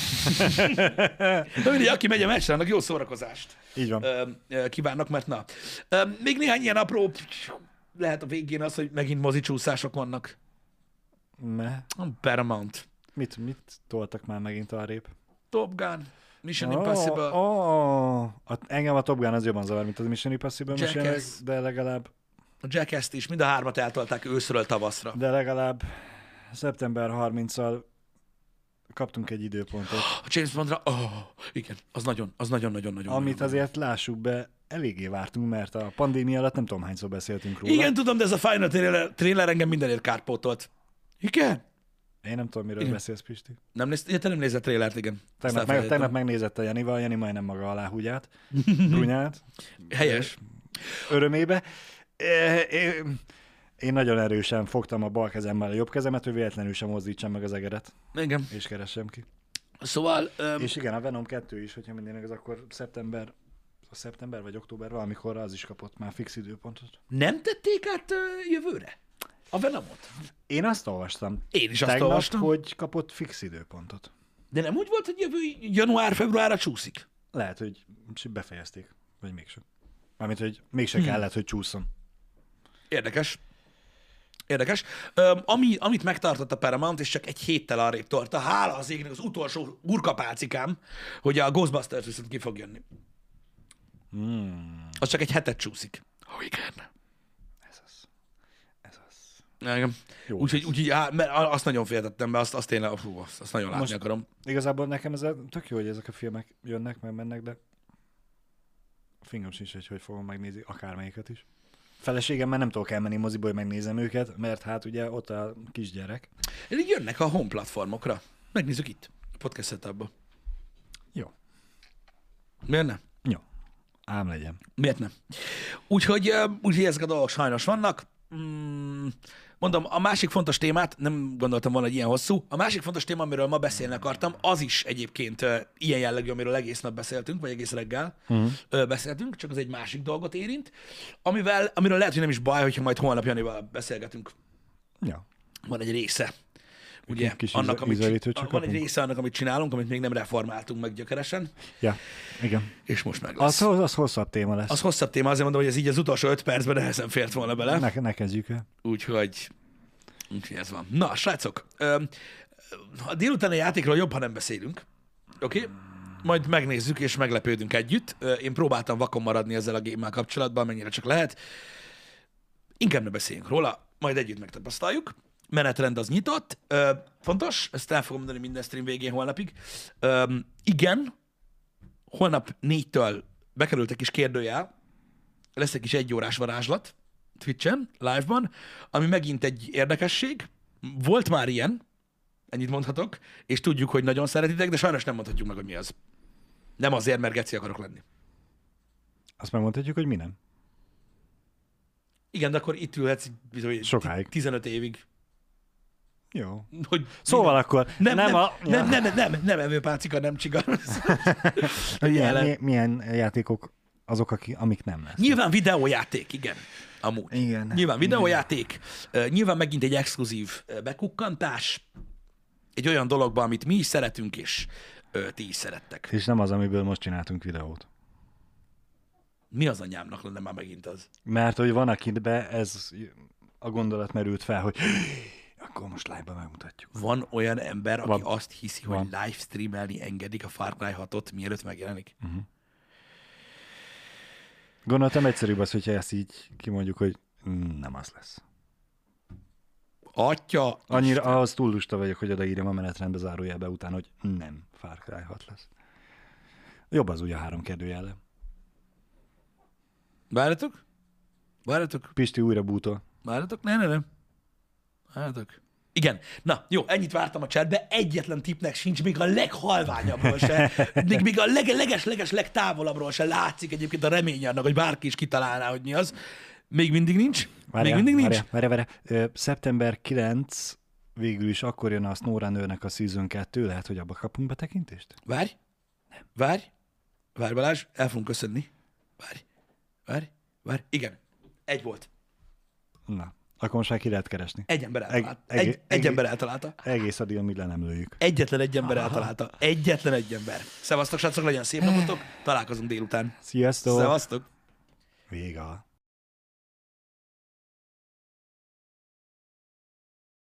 De mindegy, aki megy a meccsre, annak jó szórakozást Így van. ö, ö, kívánnak, mert na. Ö, még néhány ilyen apró, lehet a végén az, hogy megint mozicsúszások vannak. Me? A Paramount, Mit, mit toltak már megint arrébb? Top Gun, Mission Impossible. Oh, oh. A, engem a Top Gun az jobban zavar, mint az Mission Impossible most Jackass. jelenleg, de legalább, A Jackass-t is, mind a hármat eltolták őszről tavaszra. de legalább szeptember harmincadikáig kaptunk egy időpontot, A James Bondra, oh, igen, az nagyon, az nagyon-nagyon-nagyon. amit azért lássuk be, eléggé vártunk, mert a pandémia alatt nem tudom hányszor beszéltünk róla. Igen, tudom, de ez a Final trailer, trailer engem mindenért kárpótolt. Igen? Én nem tudom, miről Igen. beszélsz, Pisti. Nem néz, ja, te nem nézett trailert, igen. Azt Tegnap, meg, elfelejtettem. tegnap megnézett a Janival, Jani majdnem maga alá húgyát, brunyát, Helyes. örömébe. É, Én, én nagyon erősen fogtam a bal kezemmel a jobb kezemet, hogy véletlenül sem mozdítsam meg az egeret, Igen. és keressem ki. Szóval, um, És igen, a Venom kettő is, hogyha mindenek, az akkor szeptember, a szeptember vagy október valamikor az is kapott már fix időpontot. nem tették át uh, jövőre? A Venomot? Én azt olvastam Én is azt tegnap, olvastam. hogy kapott fix időpontot. De nem úgy volt, hogy jövő január-februárra csúszik? Lehet, hogy befejezték, vagy mégsem. Mármint, hogy mégse hmm. kellett, hogy csúszom. Érdekes. Érdekes. Öm, ami, amit megtartott a Paramount, és csak egy héttel arrébb tartta, hála az égnek az utolsó urkapálcikám, hogy a Ghostbusters viszont ki fog jönni. Hmm. Az csak egy hetet csúszik. Oh, igen. Ez az. Ez az. Igen. Jó Úgyhogy, lesz. úgyhogy á, mert azt nagyon féltettem be, azt, azt tényleg, fú, azt, azt nagyon látni Most- akarom. Igazából nekem ez a- tök jó, hogy ezek a filmek jönnek, meg mennek, de fingom sincs, hogy hogy fogom megnézni akármelyiket is. Feleségemmel nem tudok elmenni moziba, hogy megnézem őket, mert hát ugye ott a kisgyerek. Így jönnek a home platformokra. Megnézzük itt, a podcast setupba. Jó. Miért nem? Jó. Ám legyen. Miért nem? Úgyhogy, ö, úgyhogy ezek a dolgok sajnos vannak. Mm, mondom, a másik fontos témát, nem gondoltam volna, hogy ilyen hosszú, a másik fontos téma, amiről ma beszélni akartam, az is egyébként ö, ilyen jellegű, amiről egész nap beszéltünk, vagy egész reggel uh-huh. ö, beszéltünk, csak az egy másik dolgot érint, amivel, amiről lehet, hogy nem is baj, hogyha majd holnap Janival beszélgetünk. Ja. Van egy része, ugye, kis annak, íze- amit, ízelítőt csak van egy kapunk? része annak, amit csinálunk, amit még nem reformáltunk meg gyökeresen, Ja. Igen. és most meg lesz. Az, az, az hosszabb téma lesz. Az hosszabb téma, azért mondom, hogy ez így az utolsó öt percben nehezen fért volna bele. Ne, ne kezdjük el. Úgyhogy, úgyhogy ez van. Na, srácok, ö, a délutáni játékról jobb, ha nem beszélünk. Oké? Okay? majd megnézzük és meglepődünk együtt. Ö, Én próbáltam vakon maradni ezzel a gémmel kapcsolatban, mennyire csak lehet. Inkább ne beszéljünk róla, majd együtt megtapasztaljuk. Menetrend az nyitott. Ö, fontos, ezt el fogom mondani minden stream végén holnapig. Ö, igen, holnap négytől bekerült egy kis kérdőjel, lesz egy kis egyórás varázslat Twitchen, live-ban, ami megint egy érdekesség. Volt már ilyen, ennyit mondhatok, és tudjuk, hogy nagyon szeretitek, de sajnos nem mondhatjuk meg, hogy mi az. Nem azért, mert geci akarok lenni. Azt megmondhatjuk, hogy mi nem. Igen, de akkor itt ülhetsz bizony Sokáig. tizenöt évig. Jó. Hogy Szóval akkor nem, nem, nem, nem, a... nem, nem, nem, nem, nem evőpácika, nem csiga. milyen, milyen, milyen játékok azok, akik, amik nem lesz. Nyilván videójáték, igen. Amúgy. Igen. Nyilván videójáték, uh, nyilván megint egy exkluzív uh, bekukkantás, egy olyan dologban, amit mi is szeretünk, és uh, ti is szerettek. És nem az, amiből most csináltunk videót. Mi az anyámnak lenne már megint az? Mert hogy van, akitbe ez a gondolat merült fel, hogy akkor most live-ban megmutatjuk. Van olyan ember, aki Van. azt hiszi, Van. hogy livestreamelni engedik a Far Cry hatot, mielőtt megjelenik? Uh-huh. Gondoltam egyszerűbb az, hogyha ezt így kimondjuk, hogy mm, nem az lesz. Atya, Annyira, Isten. ahhoz túl lusta vagyok, hogy odaírjam a menetrendbe zárójelbe után, hogy nem Far Cry hat lesz. Jobb az úgy a három kérdőjele. Várjatok? Várjatok? Pisti újra bútol. Várjatok? Ne, ne, ne. Várjatok. Igen. Na, jó, ennyit vártam a chatbe. Egyetlen tipnek sincs, még a leghalványabbról se, még, még a lege, leges, leges, legtávolabbról se látszik egyébként a remény annak, hogy bárki is kitalálná, hogy mi az. Még mindig nincs. Várjál, még mindig nincs. Várjál, várjál, várjál. Ö, szeptember kilencedike végül is akkor jön a SnowRunner-nek a Season kettő, lehet, hogy abba kapunk betekintést? Várj. Várj. Várj, Balázs. El fogunk köszönni. Várj. Várj. Várj. Igen. Egy volt. Na, akkor most már ki lehet keresni. Egy ember eltalálta. Eg- Egy, eg- egy eg- ember eltalálta. Egész addig, amíg le nem lőjük. Egyetlen egy ember eltalálta. Egyetlen egy ember. Szevasztok, srácok, legyen szép napotok. Találkozunk délután. Sziasztok! Szevasztok. Vége.